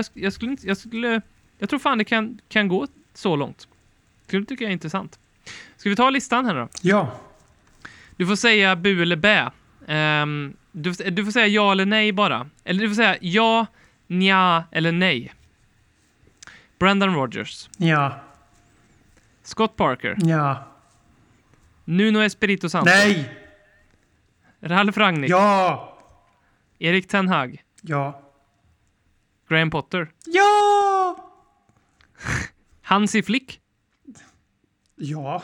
jag tror fan det kan gå så långt. Det tycker jag är intressant. Ska vi ta listan här då? Ja. Du får säga bu eller bä. Du får säga ja eller nej bara. Eller du får säga ja, nja eller nej. Brendan Rodgers. Ja. Scott Parker. Ja. Nuno Espirito Santo. Nej. Ralf Rangnick. Ja. Erik Ten Hag. Ja. Graham Potter. Ja. Hansi Flick. Ja.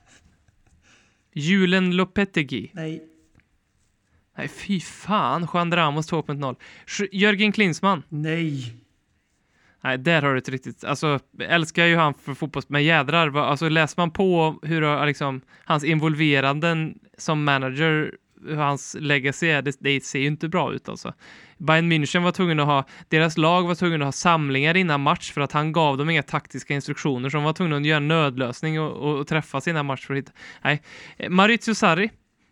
Julen Lopetegui. Nej. Nej, fy fan. Juan Ramos 2.0. Jörgen Klinsmann. Nej. Nej, där har du ett riktigt... Alltså, älskar ju han för fotboll, men jädrar. Alltså, läser man på hur liksom, hans involveranden som manager hur hans legacy är, det ser ju inte bra ut alltså. Bayern München var tvungen att ha, deras lag var tvungen att ha samlingar innan match för att han gav dem inga taktiska instruktioner, så de var tvungna att göra en nödlösning och träffas innan match för att hitta. Nej. Maurizio Sarri.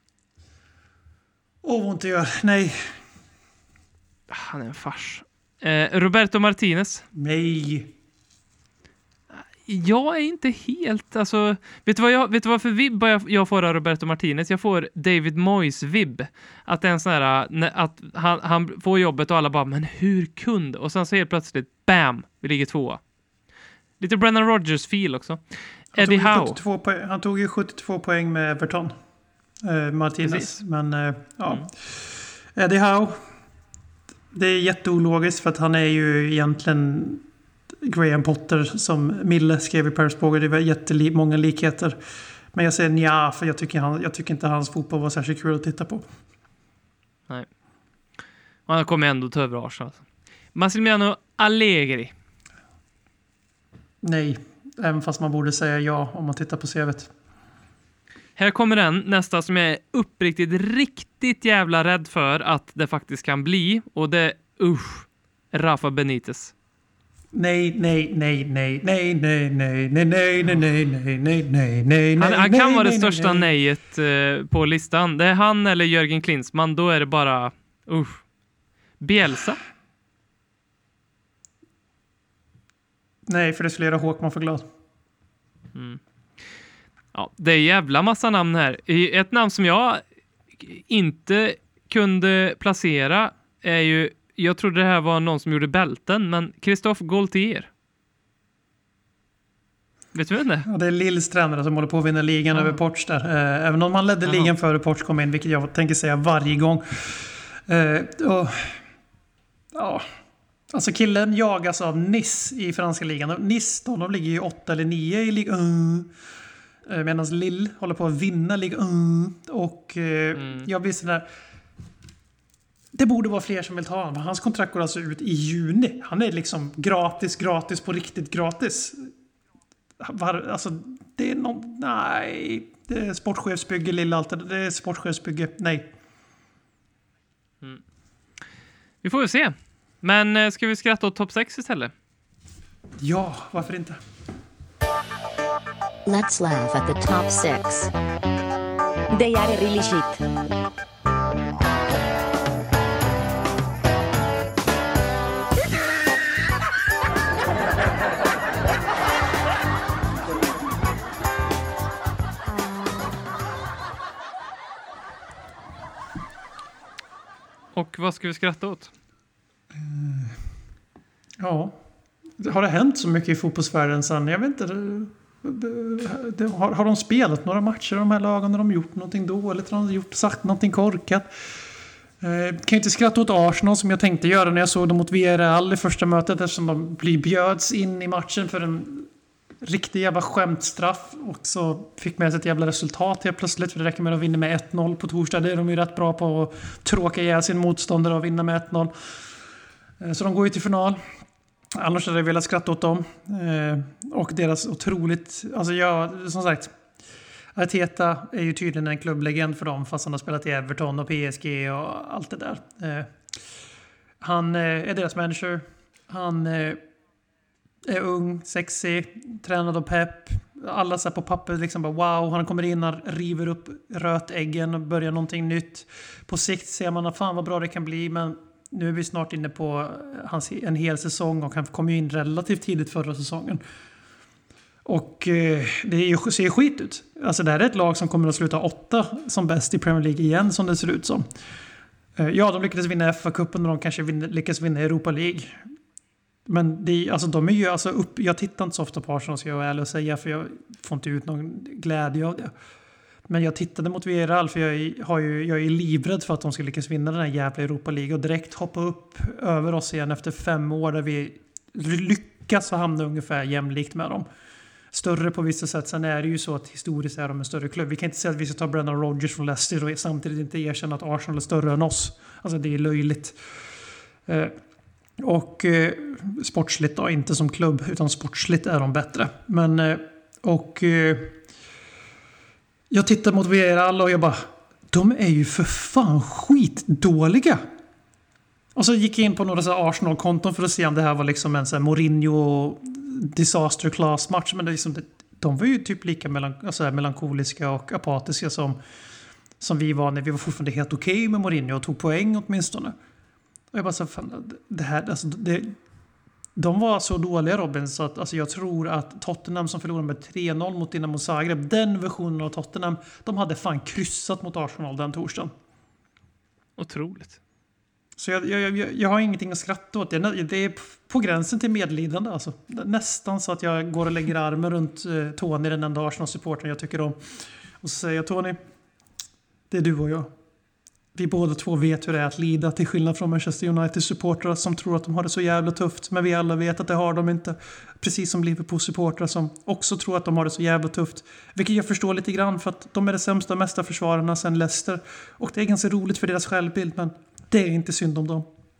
Vad inte gör. Nej. Han är en fars. Roberto Martinez. Nej. Jag är inte helt, alltså, vet du vad för vibb jag får av Roberto Martinez? Jag får David Moyes vibb. Att det är en sån här, att han får jobbet och alla bara, men hur kunde? Och sen så helt plötsligt, bam, vi ligger 2. Lite Brendan Rodgers feel också. Eddie Howe. Han tog ju 72 poäng med Everton. Martinez. Precis. Men ja. Eddie Howe. Det är jätteologiskt för att han är ju egentligen Graham Potter som Mille skrev i Persborg. Det var många likheter. Men jag säger nja, för jag tycker inte hans fotboll var särskilt kul att titta på. Nej. Och han kommer ändå ta över Arsenal. Massimiliano Allegri. Nej, även fast man borde säga ja om man tittar på CV:t. Här kommer den nästa som jag är riktigt jävla rädd för att det faktiskt kan bli. Och det är Rafa Benitez. Han kan vara det största nejet på listan. Det är han eller Jürgen Klinsmann. Då är det bara Bielsa. Nej, för det skulle göra Håkman för glad. Ja, det är jävla massa namn här. Ett namn som jag inte kunde placera är ju, jag trodde det här var någon som gjorde bälten, men Christophe Gaultier. Vet du vem det är? Ja, det är Lills tränare som håller på att vinna ligan över Ports där. Även om han ledde ligan före Ports kom in, vilket jag tänker säga varje gång. Alltså killen jagas av Nice i franska ligan. Nice, de ligger ju 8 eller 9 i ligan. Medan Lille håller på att vinna ligan. Och jag blir sådär... Det borde vara fler som vill ta honom. Hans kontrakt går alltså ut i juni. Han är liksom gratis på riktigt gratis. Alltså, det är någon... Nej, det är sportchefsbygge, Lille alltid. Det är sportchefsbygge, nej. Vi får ju se. Men ska vi skratta åt topp 6 istället? Ja, varför inte? Let's laugh at the top 6. They are really shit. Och vad ska vi skratta åt? Ja, har det hänt så mycket i fotbollsvärlden sen? Jag vet inte. Har de spelat några matcher de här lagen? Har de gjort någonting då? Eller har de sagt någonting korkat? Kan ju inte skratta åt Arsenal som jag tänkte göra när jag såg dem mot Villarreal i första mötet, eftersom de bjöds in i matchen för en riktig jävla skämtstraff och så fick med sig ett jävla resultat helt plötsligt, för det räcker med att vinna med 1-0 på torsdag. Det är de ju rätt bra på att tråka ihjäl sin motståndare och vinna med 1-0. Så de går ju till final. Annars hade jag velat skratta åt dem. Och deras otroligt... Alltså jag, som sagt, Arteta är ju tydligen en klubblegend för dem, fast han har spelat i Everton och PSG och allt det där. Han är deras manager. Han är ung, sexy, tränad av Pep. Alla så på papper liksom bara wow, han kommer in och river upp rötäggen och börjar någonting nytt. På sikt ser man att fan vad bra det kan bli, men nu är vi snart inne på en hel säsong och han kom ju in relativt tidigt förra säsongen. Och det ser ju skit ut. Alltså det här är ett lag som kommer att sluta 8 som bäst i Premier League igen, som det ser ut som. Ja, de lyckades vinna FA-cupen och de kanske lyckas vinna Europa League. Men de är ju jag tittar inte så ofta på Arsenal, så jag är ärlig att säga, för jag får inte ut någon glädje av det. Men jag tittade mot Villarreal, för jag är livrädd för att de ska lyckas vinna den här jävla Europa League och direkt hoppa upp över oss igen efter 5 år där vi lyckas hamna ungefär jämlikt med dem. Större på vissa sätt. Sen är det ju så att historiskt är de en större klubb. Vi kan inte säga att vi ska ta Brendan Rodgers från Leicester och samtidigt inte erkänna att Arsenal är större än oss. Alltså det är löjligt. Och sportsligt då, inte som klubb, utan sportsligt är de bättre. Men jag tittar mot Villarreal och jag bara, de är ju för fan skitdåliga. Och så gick jag in på några så här Arsenal-konton för att se om det här var liksom en så här Mourinho disaster class match. Men det är liksom, de var ju typ lika melankoliska och apatiska som vi var när vi var fortfarande helt okej med Mourinho och tog poäng åtminstone. Och jag bara så fan, det här, alltså de var så dåliga, Robin, så att alltså, jag tror att Tottenham som förlorade med 3-0 mot Dinamo Zagreb, den versionen av Tottenham, de hade fan kryssat mot Arsenal den torsdagen. Otroligt. Så jag har ingenting att skratta åt. Det är på gränsen till medlidande. Alltså. Nästan så att jag går och lägger armen runt Tony, den enda Arsenal-supporten jag tycker om. Och så säger jag, Tony, det är du och jag. Vi båda två vet hur det är att lida, till skillnad från Manchester United-supportrar som tror att de har det så jävla tufft. Men vi alla vet att det har de inte. Precis som Liverpool-supportrar som också tror att de har det så jävla tufft. Vilket jag förstår lite grann, för att de är det sämsta och mesta försvararna sedan Leicester. Och det är ganska roligt för deras självbild, men det är inte synd om dem.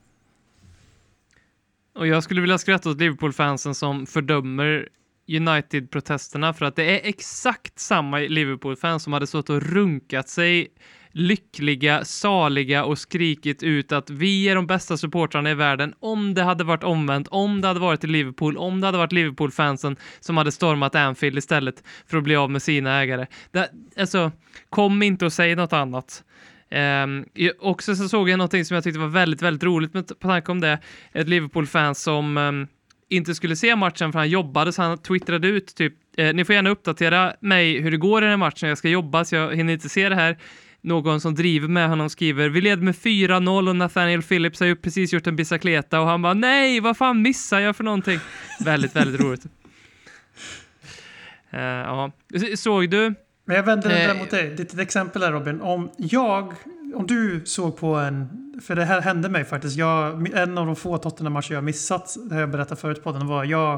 Och jag skulle vilja skratta åt Liverpool-fansen som fördömer United-protesterna, för att det är exakt samma Liverpool-fans som hade stått och runkat sig lyckliga, saliga och skrikit ut att vi är de bästa supportrarna i världen, om det hade varit omvänt, om det hade varit i Liverpool, om det hade varit Liverpool-fansen som hade stormat Anfield istället för att bli av med sina ägare. Alltså, kom inte och säg något annat. Också så såg jag någonting som jag tyckte var väldigt, väldigt roligt med på tanke om det. Ett Liverpool-fan som inte skulle se matchen för han jobbade, så han twittrade ut typ, ni får gärna uppdatera mig hur det går i den här matchen, jag ska jobba så jag hinner inte se det här. Någon som driver med honom skriver, vi leder med 4-0 och Nathaniel Phillips har ju precis gjort en bicicleta och han bara, nej, vad fan missar jag för någonting? Väldigt, väldigt roligt. Ja. Såg du? Men jag vänder den där mot dig. Det är ett exempel där, Robin. Om du såg på för det här hände mig faktiskt. En av de få Tottenham-matcher jag missat, det har jag berättat förut på den, var jag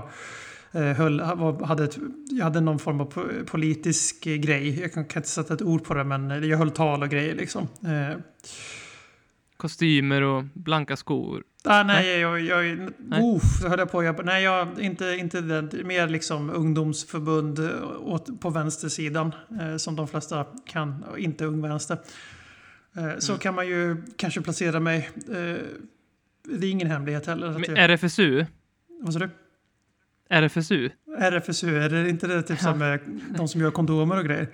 hade någon form av politisk grej. Jag kan inte sätta ett ord på det, men jag höll tal och grejer liksom. Kostymer och blanka skor. Nej, så höll jag på. Inte det. Mer liksom ungdomsförbund på vänstersidan, som de flesta kan, inte ung vänster. Så kan man ju kanske placera mig. Det är ingen hemlighet heller. RFSU? Vad sa du? RFSU, är det inte det typ som de som gör kondomer och grejer?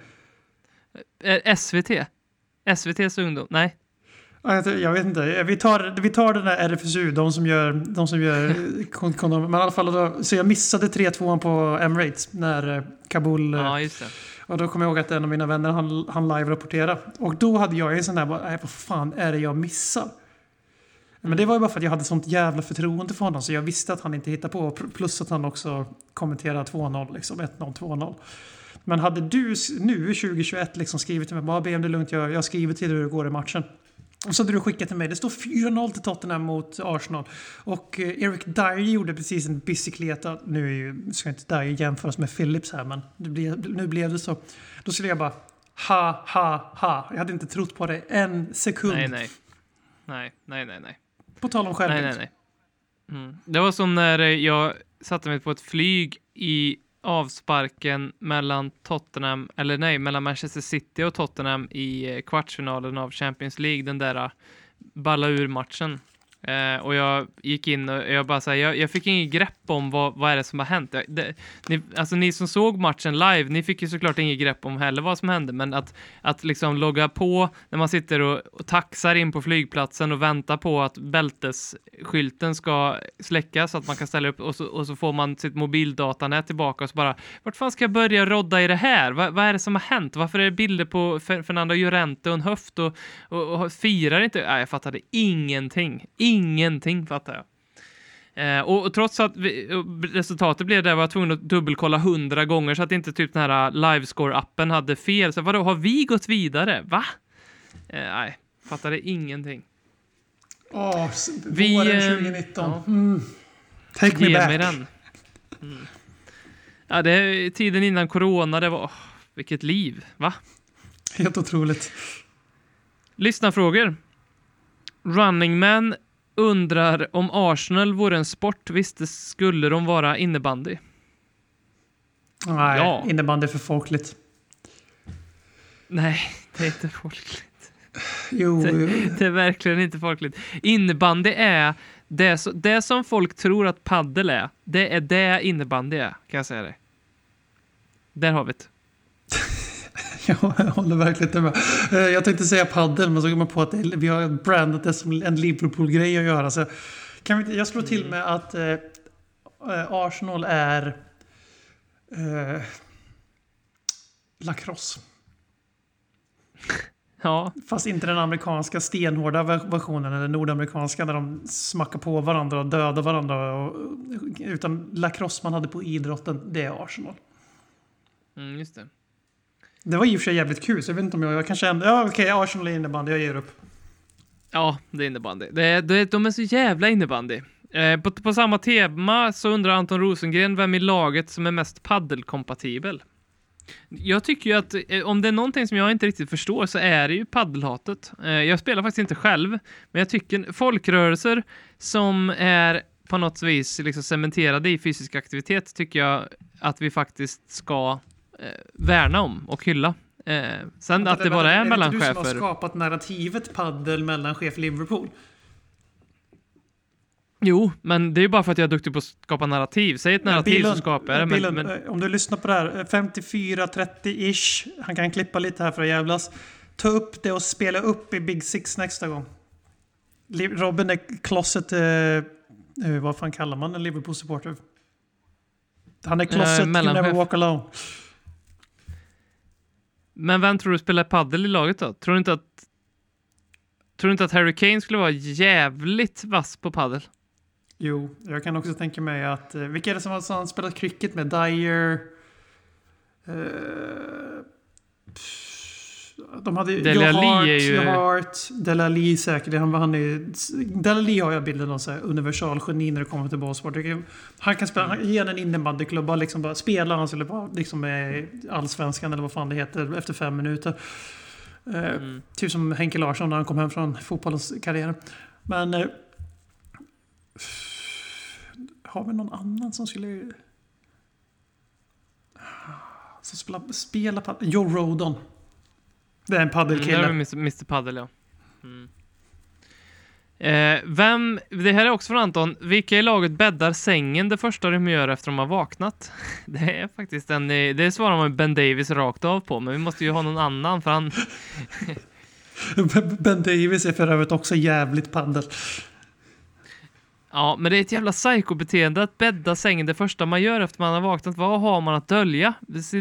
SVT:s ungdom, nej. Jag vet inte. Vi tar den där RFSU, de som gör kondomer. Men i alla fall då, så jag missade 3-2 på Emirates när Kabul. Ja, just det. Och då kommer jag ihåg att en av mina vänner han live-rapportera. Och då hade jag en sån där, vad fan är det jag missar? Men det var ju bara för att jag hade sånt jävla förtroende för honom, så jag visste att han inte hittade på, plus att han också kommenterade 2-0, liksom 1-0, 2-0. Men hade du nu 2021 liksom skrivit till mig, bara be om det är lugnt, jag skriver till hur det går i matchen. Och så hade du skickat till mig, det står 4-0 till Tottenham mot Arsenal. Och Eric Dyer gjorde precis en bicykleta. Nu ska inte Dyer jämföras med Phillips här, men nu blev det så. Då skulle jag bara, ha. Jag hade inte trott på det en sekund. Nej. På tal om självbild. Nej. Det var som när jag satte mig på ett flyg i avsparken mellan mellan Manchester City och Tottenham i kvartsfinalen av Champions League, den där balla ur-matchen. Och jag gick in och jag bara säger, jag fick ingen grepp om vad är det som har hänt. Ni som såg matchen live, ni fick ju såklart ingen grepp om heller vad som hände, men att liksom logga på när man sitter och taxar in på flygplatsen och väntar på att bältesskylten ska släckas så att man kan ställa upp, och så får man sitt mobildatanät tillbaka och så bara, vart fan ska jag börja rodda i det här? Vad är det som har hänt? Varför är det bilder på Fernando Llorente och en höft och firar inte? Jag fattade ingenting fattar jag. Och trots att resultatet blev det, var jag tvungen att dubbelkolla 100 gånger så att inte typ den här Livescore-appen hade fel. Så vadå, har vi gått vidare? Va? Nej, fattade ingenting. Våren 2019. Take me back. Den. Ja, det är tiden innan corona, det var vilket liv, va? Helt otroligt. Lyssnarfrågor. Running Man undrar om Arsenal vore en sport, visst det skulle de vara innebandy? Nej, innebandy är för folkligt. Nej, det är inte folkligt. Jo. Det är verkligen inte folkligt. Innebandy är det som folk tror att paddel är. Det är det innebandy är, kan jag säga det. Där har vi det. Jag håller verkligen med. Jag tänkte säga paddel, men så kom man på att vi har brandat det som en Liverpool-grej att göra. Så jag slår till med att Arsenal är lacrosse. Ja. Fast inte den amerikanska stenhårda versionen eller nordamerikanska där de smackar på varandra och dödar varandra. Utan lacrosse man hade på idrotten, det är Arsenal. Just det. Det var i och för sig jävligt kul, så jag vet inte om jag kanske ändå... Ja, okej, Arsenal är innebandy, jag ger upp. Ja, det är innebandy. De är så jävla innebandy. På samma tema så undrar Anton Rosengren vem i laget som är mest paddelkompatibel. Jag tycker ju att om det är någonting som jag inte riktigt förstår så är det ju paddelhatet. Jag spelar faktiskt inte själv, men jag tycker folkrörelser som är på något vis liksom cementerade i fysisk aktivitet tycker jag att vi faktiskt ska värna om och hylla. Sen att det bara är mellanchefer. Är det du som har skapat narrativet paddel mellanchef Liverpool? Jo, men det är ju bara för att jag är duktig på att skapa narrativ. Säg ett narrativ så skapar jag det. Men... Om du lyssnar på det här, 54-30-ish, han kan klippa lite här för att jävlas. Ta upp det och spela upp i Big Six nästa gång. Robin är closet... vad fan kallar man en Liverpool-supporter? Han är closet, you never walk alone. Men vem tror du spelar paddel i laget då? Tror du inte att Harry Kane skulle vara jävligt vass på paddel? Jo, jag kan också tänka mig att... vilka är det som har spelat cricket med? Dyer... de hade Joe Hart, Dele Alli säkert. Dele Alli har jag bilden av så här universalgeni när det kommer till bollsport. Han kan spela, ge en innebandyklubb och liksom bara spela. Han skulle vara liksom med allsvenskan eller vad fan det heter efter 5 minuter. Typ som Henke Larsson när han kom hem från fotbollens karriär. Men har vi någon annan som skulle spela Joe Rodon? Det är en paddelkille. Det är Mr. Paddel, ja. Det här är också från Anton. Vilka i laget bäddar sängen det första de gör efter de har vaknat? Det är faktiskt det svarar man Ben Davis rakt av på, men vi måste ju ha någon annan för han... Ben Davis är för övrigt också jävligt paddel. Ja, men det är ett jävla psykobeteende att bädda sängen det första man gör efter man har vaknat. Vad har man att dölja?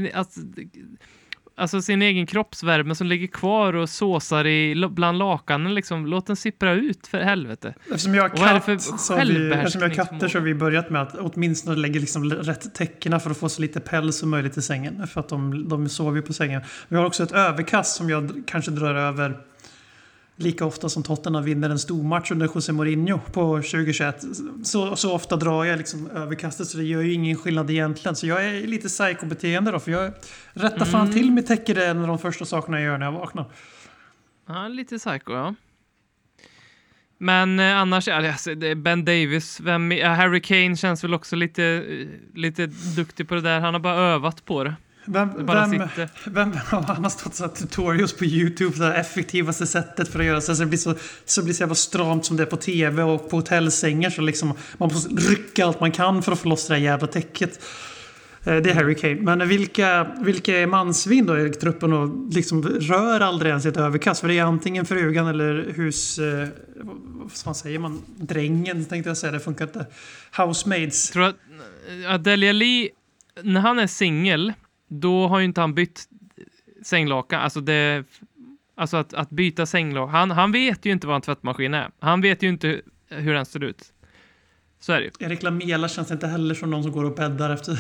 Alltså sin egen kroppsvärme som ligger kvar och såsar bland lakanen liksom. Låt den sippra ut för helvete. Eftersom jag har katter så har vi börjat med att åtminstone lägga liksom rätt täckena för att få så lite päls som möjligt i sängen. För att de sover ju på sängen. Vi har också ett överkast som jag kanske drar över lika ofta som Tottenham vinner en stor match under José Mourinho på 2021. Så ofta drar jag liksom överkastet så det gör ju ingen skillnad egentligen. Så jag är lite psykobeteende då, för jag rättar fan till mig täcker det en av de första sakerna jag gör när jag vaknar. Ja, lite psyko, ja. Men annars, alltså, det är Ben Davis. Harry Kane känns väl också lite duktig på det där. Han har bara övat på det. Vem han har stått så här tutorials på YouTube, så här effektivaste sättet för att göra så det blir så jävla stramt som det är på tv och på hotellsängar, så liksom man måste rycka allt man kan för att få loss det där jävla täcket. Det är Harry Kane. Men vilka är mansvin då i truppen och liksom rör aldrig ens ett överkast? För det är antingen frugan eller vad säger man? Drängen tänkte jag säga, det funkar inte. Housemaids. Tror att Dele Alli, när han är singel, då har ju inte han bytt sänglakan. Alltså att byta sänglakan. Han vet ju inte vad en tvättmaskin är. Han vet ju inte hur den ser ut. Så är det ju. Erik Lamela känns inte heller som någon som går och bäddar efter.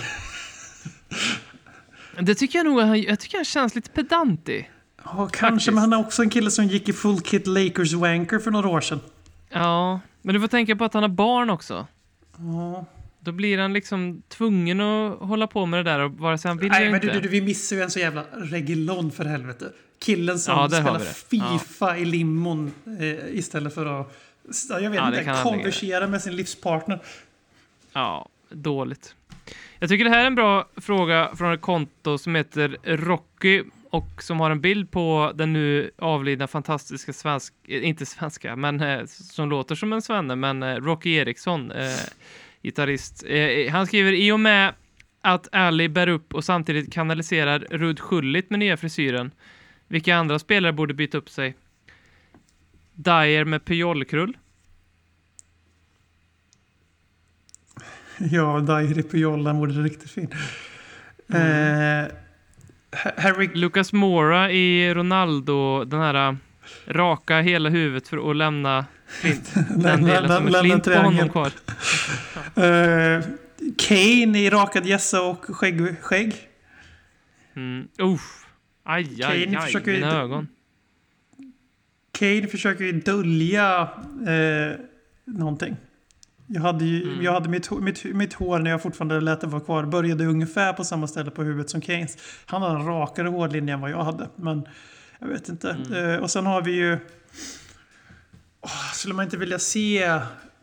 Det tycker jag nog. Jag tycker han känns lite pedantig. Ja, kanske. Faktiskt. Men han är också en kille som gick i full kit Lakers wanker för några år sedan. Ja, men du får tänka på att han har barn också. Ja. Då blir han liksom tvungen att hålla på med det där och vare sig han vill. Nej, men inte. Vi missar ju en så jävla Reguilon för helvete. Killen som spelar FIFA i limon istället för att konversera med sin livspartner. Ja, dåligt. Jag tycker det här är en bra fråga från ett konto som heter Rocky och som har en bild på den nu avlidna fantastiska som låter som en svenne, men Rocky Eriksson, gitarrist. Han skriver, i och med att Ali bär upp och samtidigt kanaliserar Rud Schullit med nya frisyren, vilka andra spelare borde byta upp sig? Dyer med pyjolkrull? Ja, Dyer i pyjollen vore riktigt fin. Harry... Lucas Moura i Ronaldo, den här raka hela huvudet för att lämna flint. Den delen som är flint på honom kvar. Kane i rakad gässa och skägg. Aj, mina ögon. Kane försöker ju dölja någonting. Jag hade mitt hår när jag fortfarande lät det vara kvar. Började ungefär på samma ställe på huvudet som Kanes. Han hade en rakare hårlinje än vad jag hade. Men jag vet inte. Och sen har vi ju... skulle man inte vilja se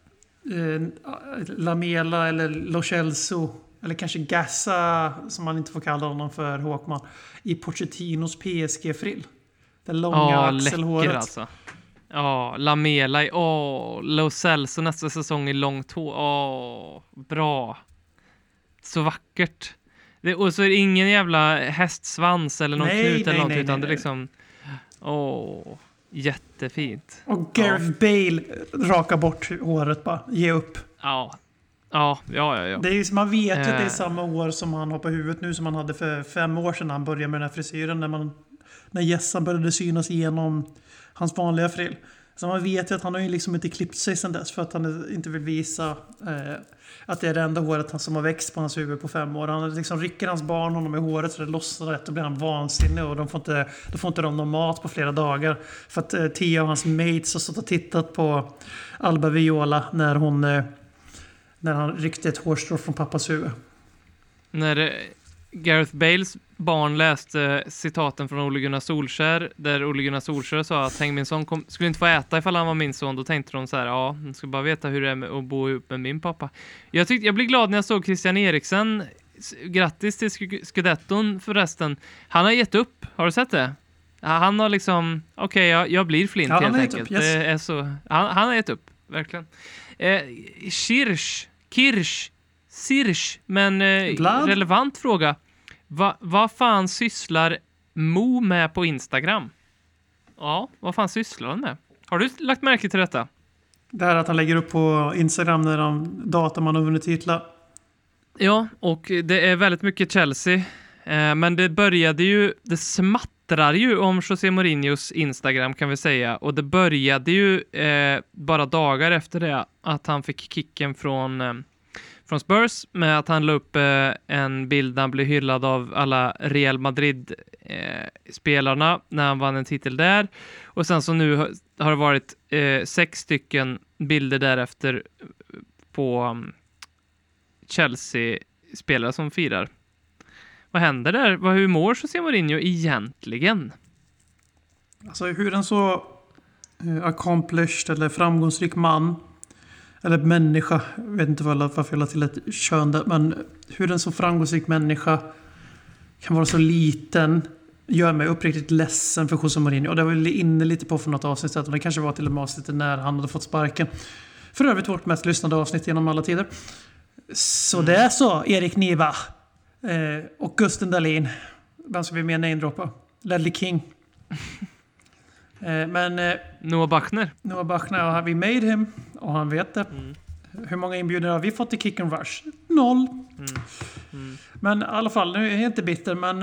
Lamela eller Lo Celso eller kanske Gassa, som man inte får kalla honom för, Håkman, i Pochettinos PSG-frill. Det långa axelhåret. Läcker alltså. Ja, Lamela i Lo Celso nästa säsong i långt hår. Bra. Så vackert. Och så är det ingen jävla hästsvans eller någon knut eller något, utan det är liksom jättefint. Och Gareth Bale raka bort håret bara. Ge upp. Ja. Det är ju, man vet ju att det är samma år som han har på huvudet nu som han hade för 5 år sedan när han började med den här frisyren, när gässan började synas igenom hans vanliga frill. Så man vet ju att han har ju liksom inte klippt sig sedan dess för att han inte vill visa att det är det enda håret som har växt på hans huvud på 5 år. Han liksom rycker hans barn honom i håret så det lossnar rätt och blir han vansinnig, och då får inte de någon mat på flera dagar för att Tia och hans mates har stått och tittat på Alba Viola när han ryckte ett hårstrå från pappas huvud. När Gareth Bales barn läste citaten från Ole Gunnar Solskjær, där Ole Gunnar Solskjær sa att min son skulle inte få äta ifall han var min son, då tänkte de så här, de ska bara veta hur det är med att bo ihop med min pappa. Jag blev glad när jag såg Christian Eriksen. Grattis till Scudetton förresten. Han har gett upp, har du sett det? Han har liksom, jag blir flint helt enkelt. Yes. Det är så, han har gett upp, verkligen. Kirsch, men relevant fråga. Vad fan sysslar Mo med på Instagram? Ja, vad fan sysslar han med? Har du lagt märke till detta? Det här att han lägger upp på Instagram när de datum man har vunnit titlar. Ja, och det är väldigt mycket Chelsea. Men det smattrar ju om José Mourinhos Instagram, kan vi säga. Och det började ju bara dagar efter det att han fick kicken från Spurs, med att han la upp en bild där han blev hyllad av alla Real Madrid-spelarna när han vann en titel där. Och sen så nu har det varit 6 stycken bilder därefter på Chelsea-spelare som firar. Vad händer där? Hur mår José Mourinho egentligen? Alltså hur en så accomplished eller framgångsrik man eller människa, jag vet inte varför jag la till ett kön där, men hur en så framgångsrik människa kan vara så liten gör mig uppriktigt ledsen för José Mourinho. Och det var vi inne lite på för något avsnitt, att det kanske var till och med avsnittet när han hade fått sparken. För övrigt vårt mest lyssnade avsnitt genom alla tider. Så det är så, Erik Niva och Gusten Dahlin. Vem ska vi med namedroppa? Ledley King. Men Noah Bachner, ja, vi made him och han vet det. Hur många inbjudningar har vi fått till Kick and Rush? 0. Men i alla fall, nu är jag inte bitter, men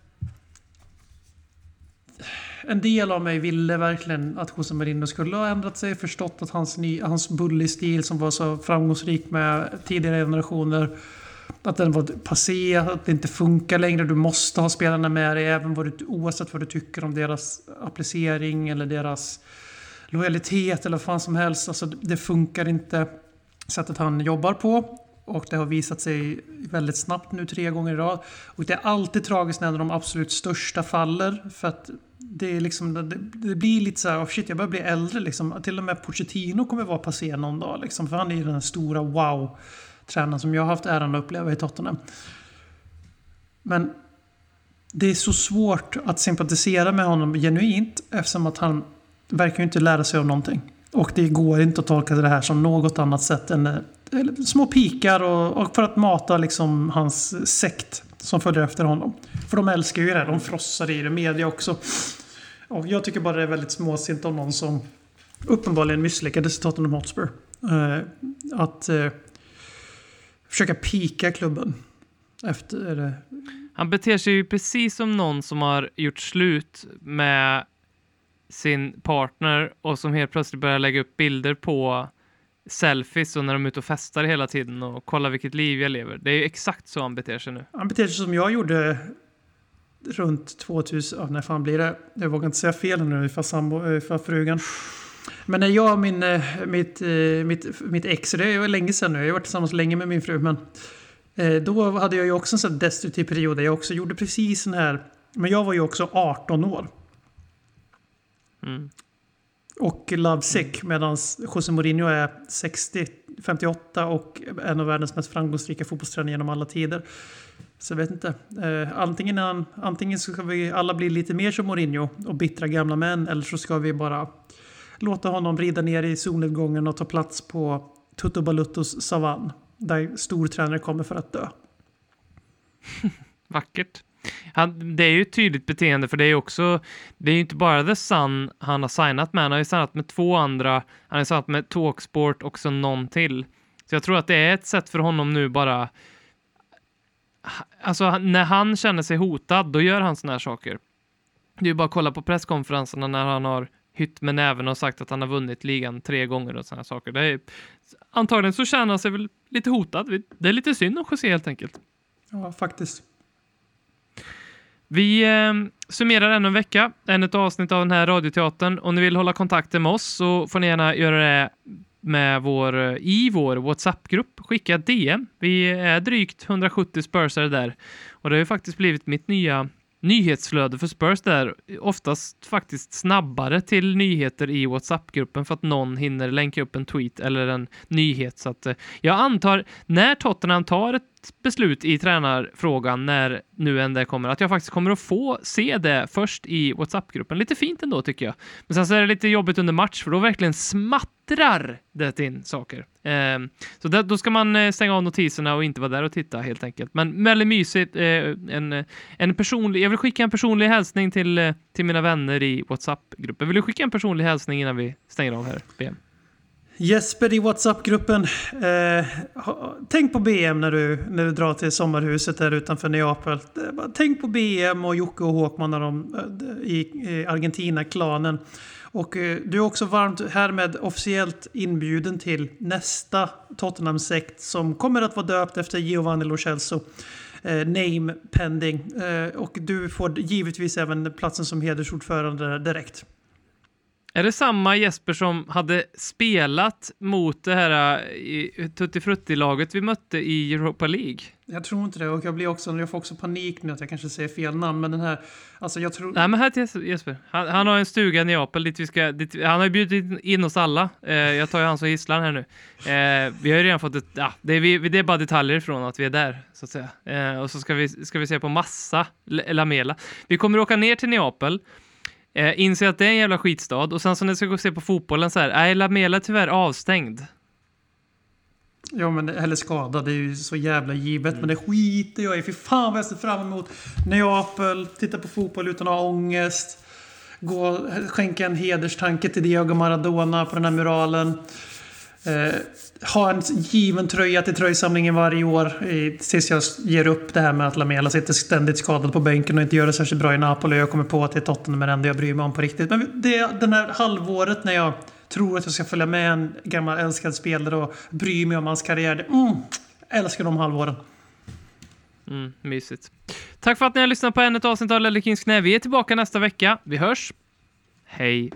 en del av mig ville verkligen att José Mourinho skulle ha ändrat sig, förstått att hans bully-stil som var så framgångsrik med tidigare generationer, att den var passé, att det inte funkar längre. Du måste ha spelarna med dig även oavsett vad du tycker om deras applicering eller deras lojalitet eller vad fan som helst. Alltså, det funkar inte sättet han jobbar på, och det har visat sig väldigt snabbt nu 3 gånger i rad. Och det är alltid tragiskt när de absolut största faller, för att det är liksom, det blir lite så här, shit, jag börjar bli äldre liksom. Till och med Pochettino kommer vara passé någon dag liksom, för han är ju den stora tränaren som jag har haft äran att uppleva i Tottenham. Men det är så svårt att sympatisera med honom genuint eftersom att han verkar ju inte lära sig av någonting. Och det går inte att tolka det här som något annat sätt än små pikar och för att mata liksom hans sekt som följer efter honom. För de älskar ju det här, de frossar i det, media också. Och jag tycker bara det är väldigt småsint av någon som uppenbarligen misslyckades i Tottenham Hotspur. Att försöka pika klubben efter det. Han beter sig ju precis som någon som har gjort slut med sin partner och som helt plötsligt börjar lägga upp bilder på selfies och när de är ute och festar hela tiden och kollar vilket liv jag lever. Det är ju exakt så han beter sig nu. Han beter sig som jag gjorde runt 2000, när fan blir det? Jag vågar inte säga fel nu för frugan. Men när jag och mitt ex, det var länge sedan nu, jag har varit tillsammans länge med min fru, men då hade jag ju också en sån destruktiv period där jag också gjorde precis sån här, men jag var ju också 18 år. Och lovesick, medan José Mourinho är 58 och en av världens mest framgångsrika fotbollstränare genom alla tider. Så jag vet inte. Antingen ska vi alla bli lite mer som Mourinho och bittra gamla män, eller så ska vi bara låta honom rida ner i solnedgången och ta plats på Toto Baluttos savann, där stortränare kommer för att dö. Vackert. Det är ju ett tydligt beteende, för det är ju inte bara The Sun han har signat med. Han har ju signat med 2 andra. Han har signat med Talksport och så någon till. Så jag tror att det är ett sätt för honom nu bara. Alltså när han känner sig hotad, då gör han såna här saker. Det är ju bara att kolla på presskonferenserna när han har hytt med näven och sagt att han har vunnit ligan 3 gånger och såna här saker. Det är, antagligen så känner han sig väl lite hotad. Det är lite synd om José helt enkelt. Ja, faktiskt. Vi summerar ännu en vecka, ännu ett avsnitt av den här radioteatern. Om ni vill hålla kontakten med oss så får ni gärna göra det med i vår WhatsApp-grupp. Skicka ett DM. Vi är drygt 170 Spursare där. Och det har ju faktiskt blivit mitt nya nyhetsflöde för Spurs där. Oftast faktiskt snabbare till nyheter i WhatsApp-gruppen för att någon hinner länka upp en tweet eller en nyhet. Så att jag antar, när Tottenham tar ett beslut i tränarfrågan, när nu än det kommer, att jag faktiskt kommer att få se det först i WhatsApp-gruppen. Lite fint ändå tycker jag. Men sen så är det lite jobbigt under match, för då verkligen smattrar det in saker. Så då ska man stänga av notiserna och inte vara där och titta helt enkelt. Men väldigt mysigt. En personlig, jag vill skicka en personlig hälsning till mina vänner i WhatsApp-gruppen. Vill du skicka en personlig hälsning innan vi stänger av här, BM? Jesper i WhatsApp-gruppen. Tänk på BM när du drar till sommarhuset där utanför Neapel. Tänk på BM och Jocke och Håkman när de i Argentina-klanen. Och du är också varmt härmed officiellt inbjuden till nästa Tottenham-sekt som kommer att vara döpt efter Giovanni Lo Celso. Name pending. Och du får givetvis även platsen som hedersordförande direkt. Är det samma Jesper som hade spelat mot det här Tutti Frutti-laget vi mötte i Europa League? Jag tror inte det, och jag får också panik nu att jag kanske säger fel namn, men den här, alltså jag tror... Nej, men här till Jesper. Han har en stuga i Neapel han har ju bjudit in oss alla. Jag tar ju hans och gisslan här nu. Vi har ju redan fått det är bara detaljer ifrån att vi är där, så att säga. Och så ska vi se på massa Lamela. Vi kommer åka ner till Neapel. Inser att det är en jävla skitstad. Och sen så när jag ska gå och se på fotbollen så här, Lamela är tyvärr avstängd. Ja, men eller skadad, det är ju så jävla givet. Men det skiter jag i. För fan vad jag ser fram emot Neapel, titta på fotboll utan att ha ångest. Skänka en hederstanke till Diego Maradona på den här muralen. Ha en given tröja till tröjsamlingen varje år tills jag ger upp det här med att Lamela sitter ständigt skadad på bänken och inte gör det särskilt bra i Napoli. Jag kommer på att det är Tottenham men ändå jag bryr mig om på riktigt. Men den här halvåret när jag tror att jag ska följa med en gammal älskad spelare och bry mig om hans karriär. Älskar de halvåren. Mysigt. Tack för att ni har lyssnat på ett avsnitt av Ledley Kings knä. Vi är tillbaka nästa vecka. Vi hörs. Hej.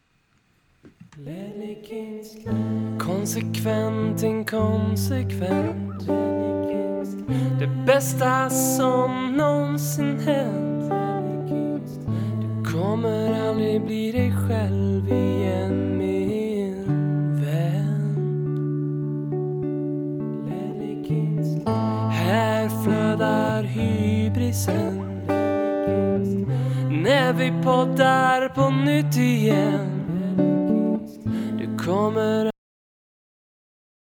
Konsekvent, inkonsekvent. Det bästa som någonsin hänt. Du kommer aldrig bli dig själv igen, min vän. Här flödar hybrisen. när vi poddar på nytt igen. Du kommer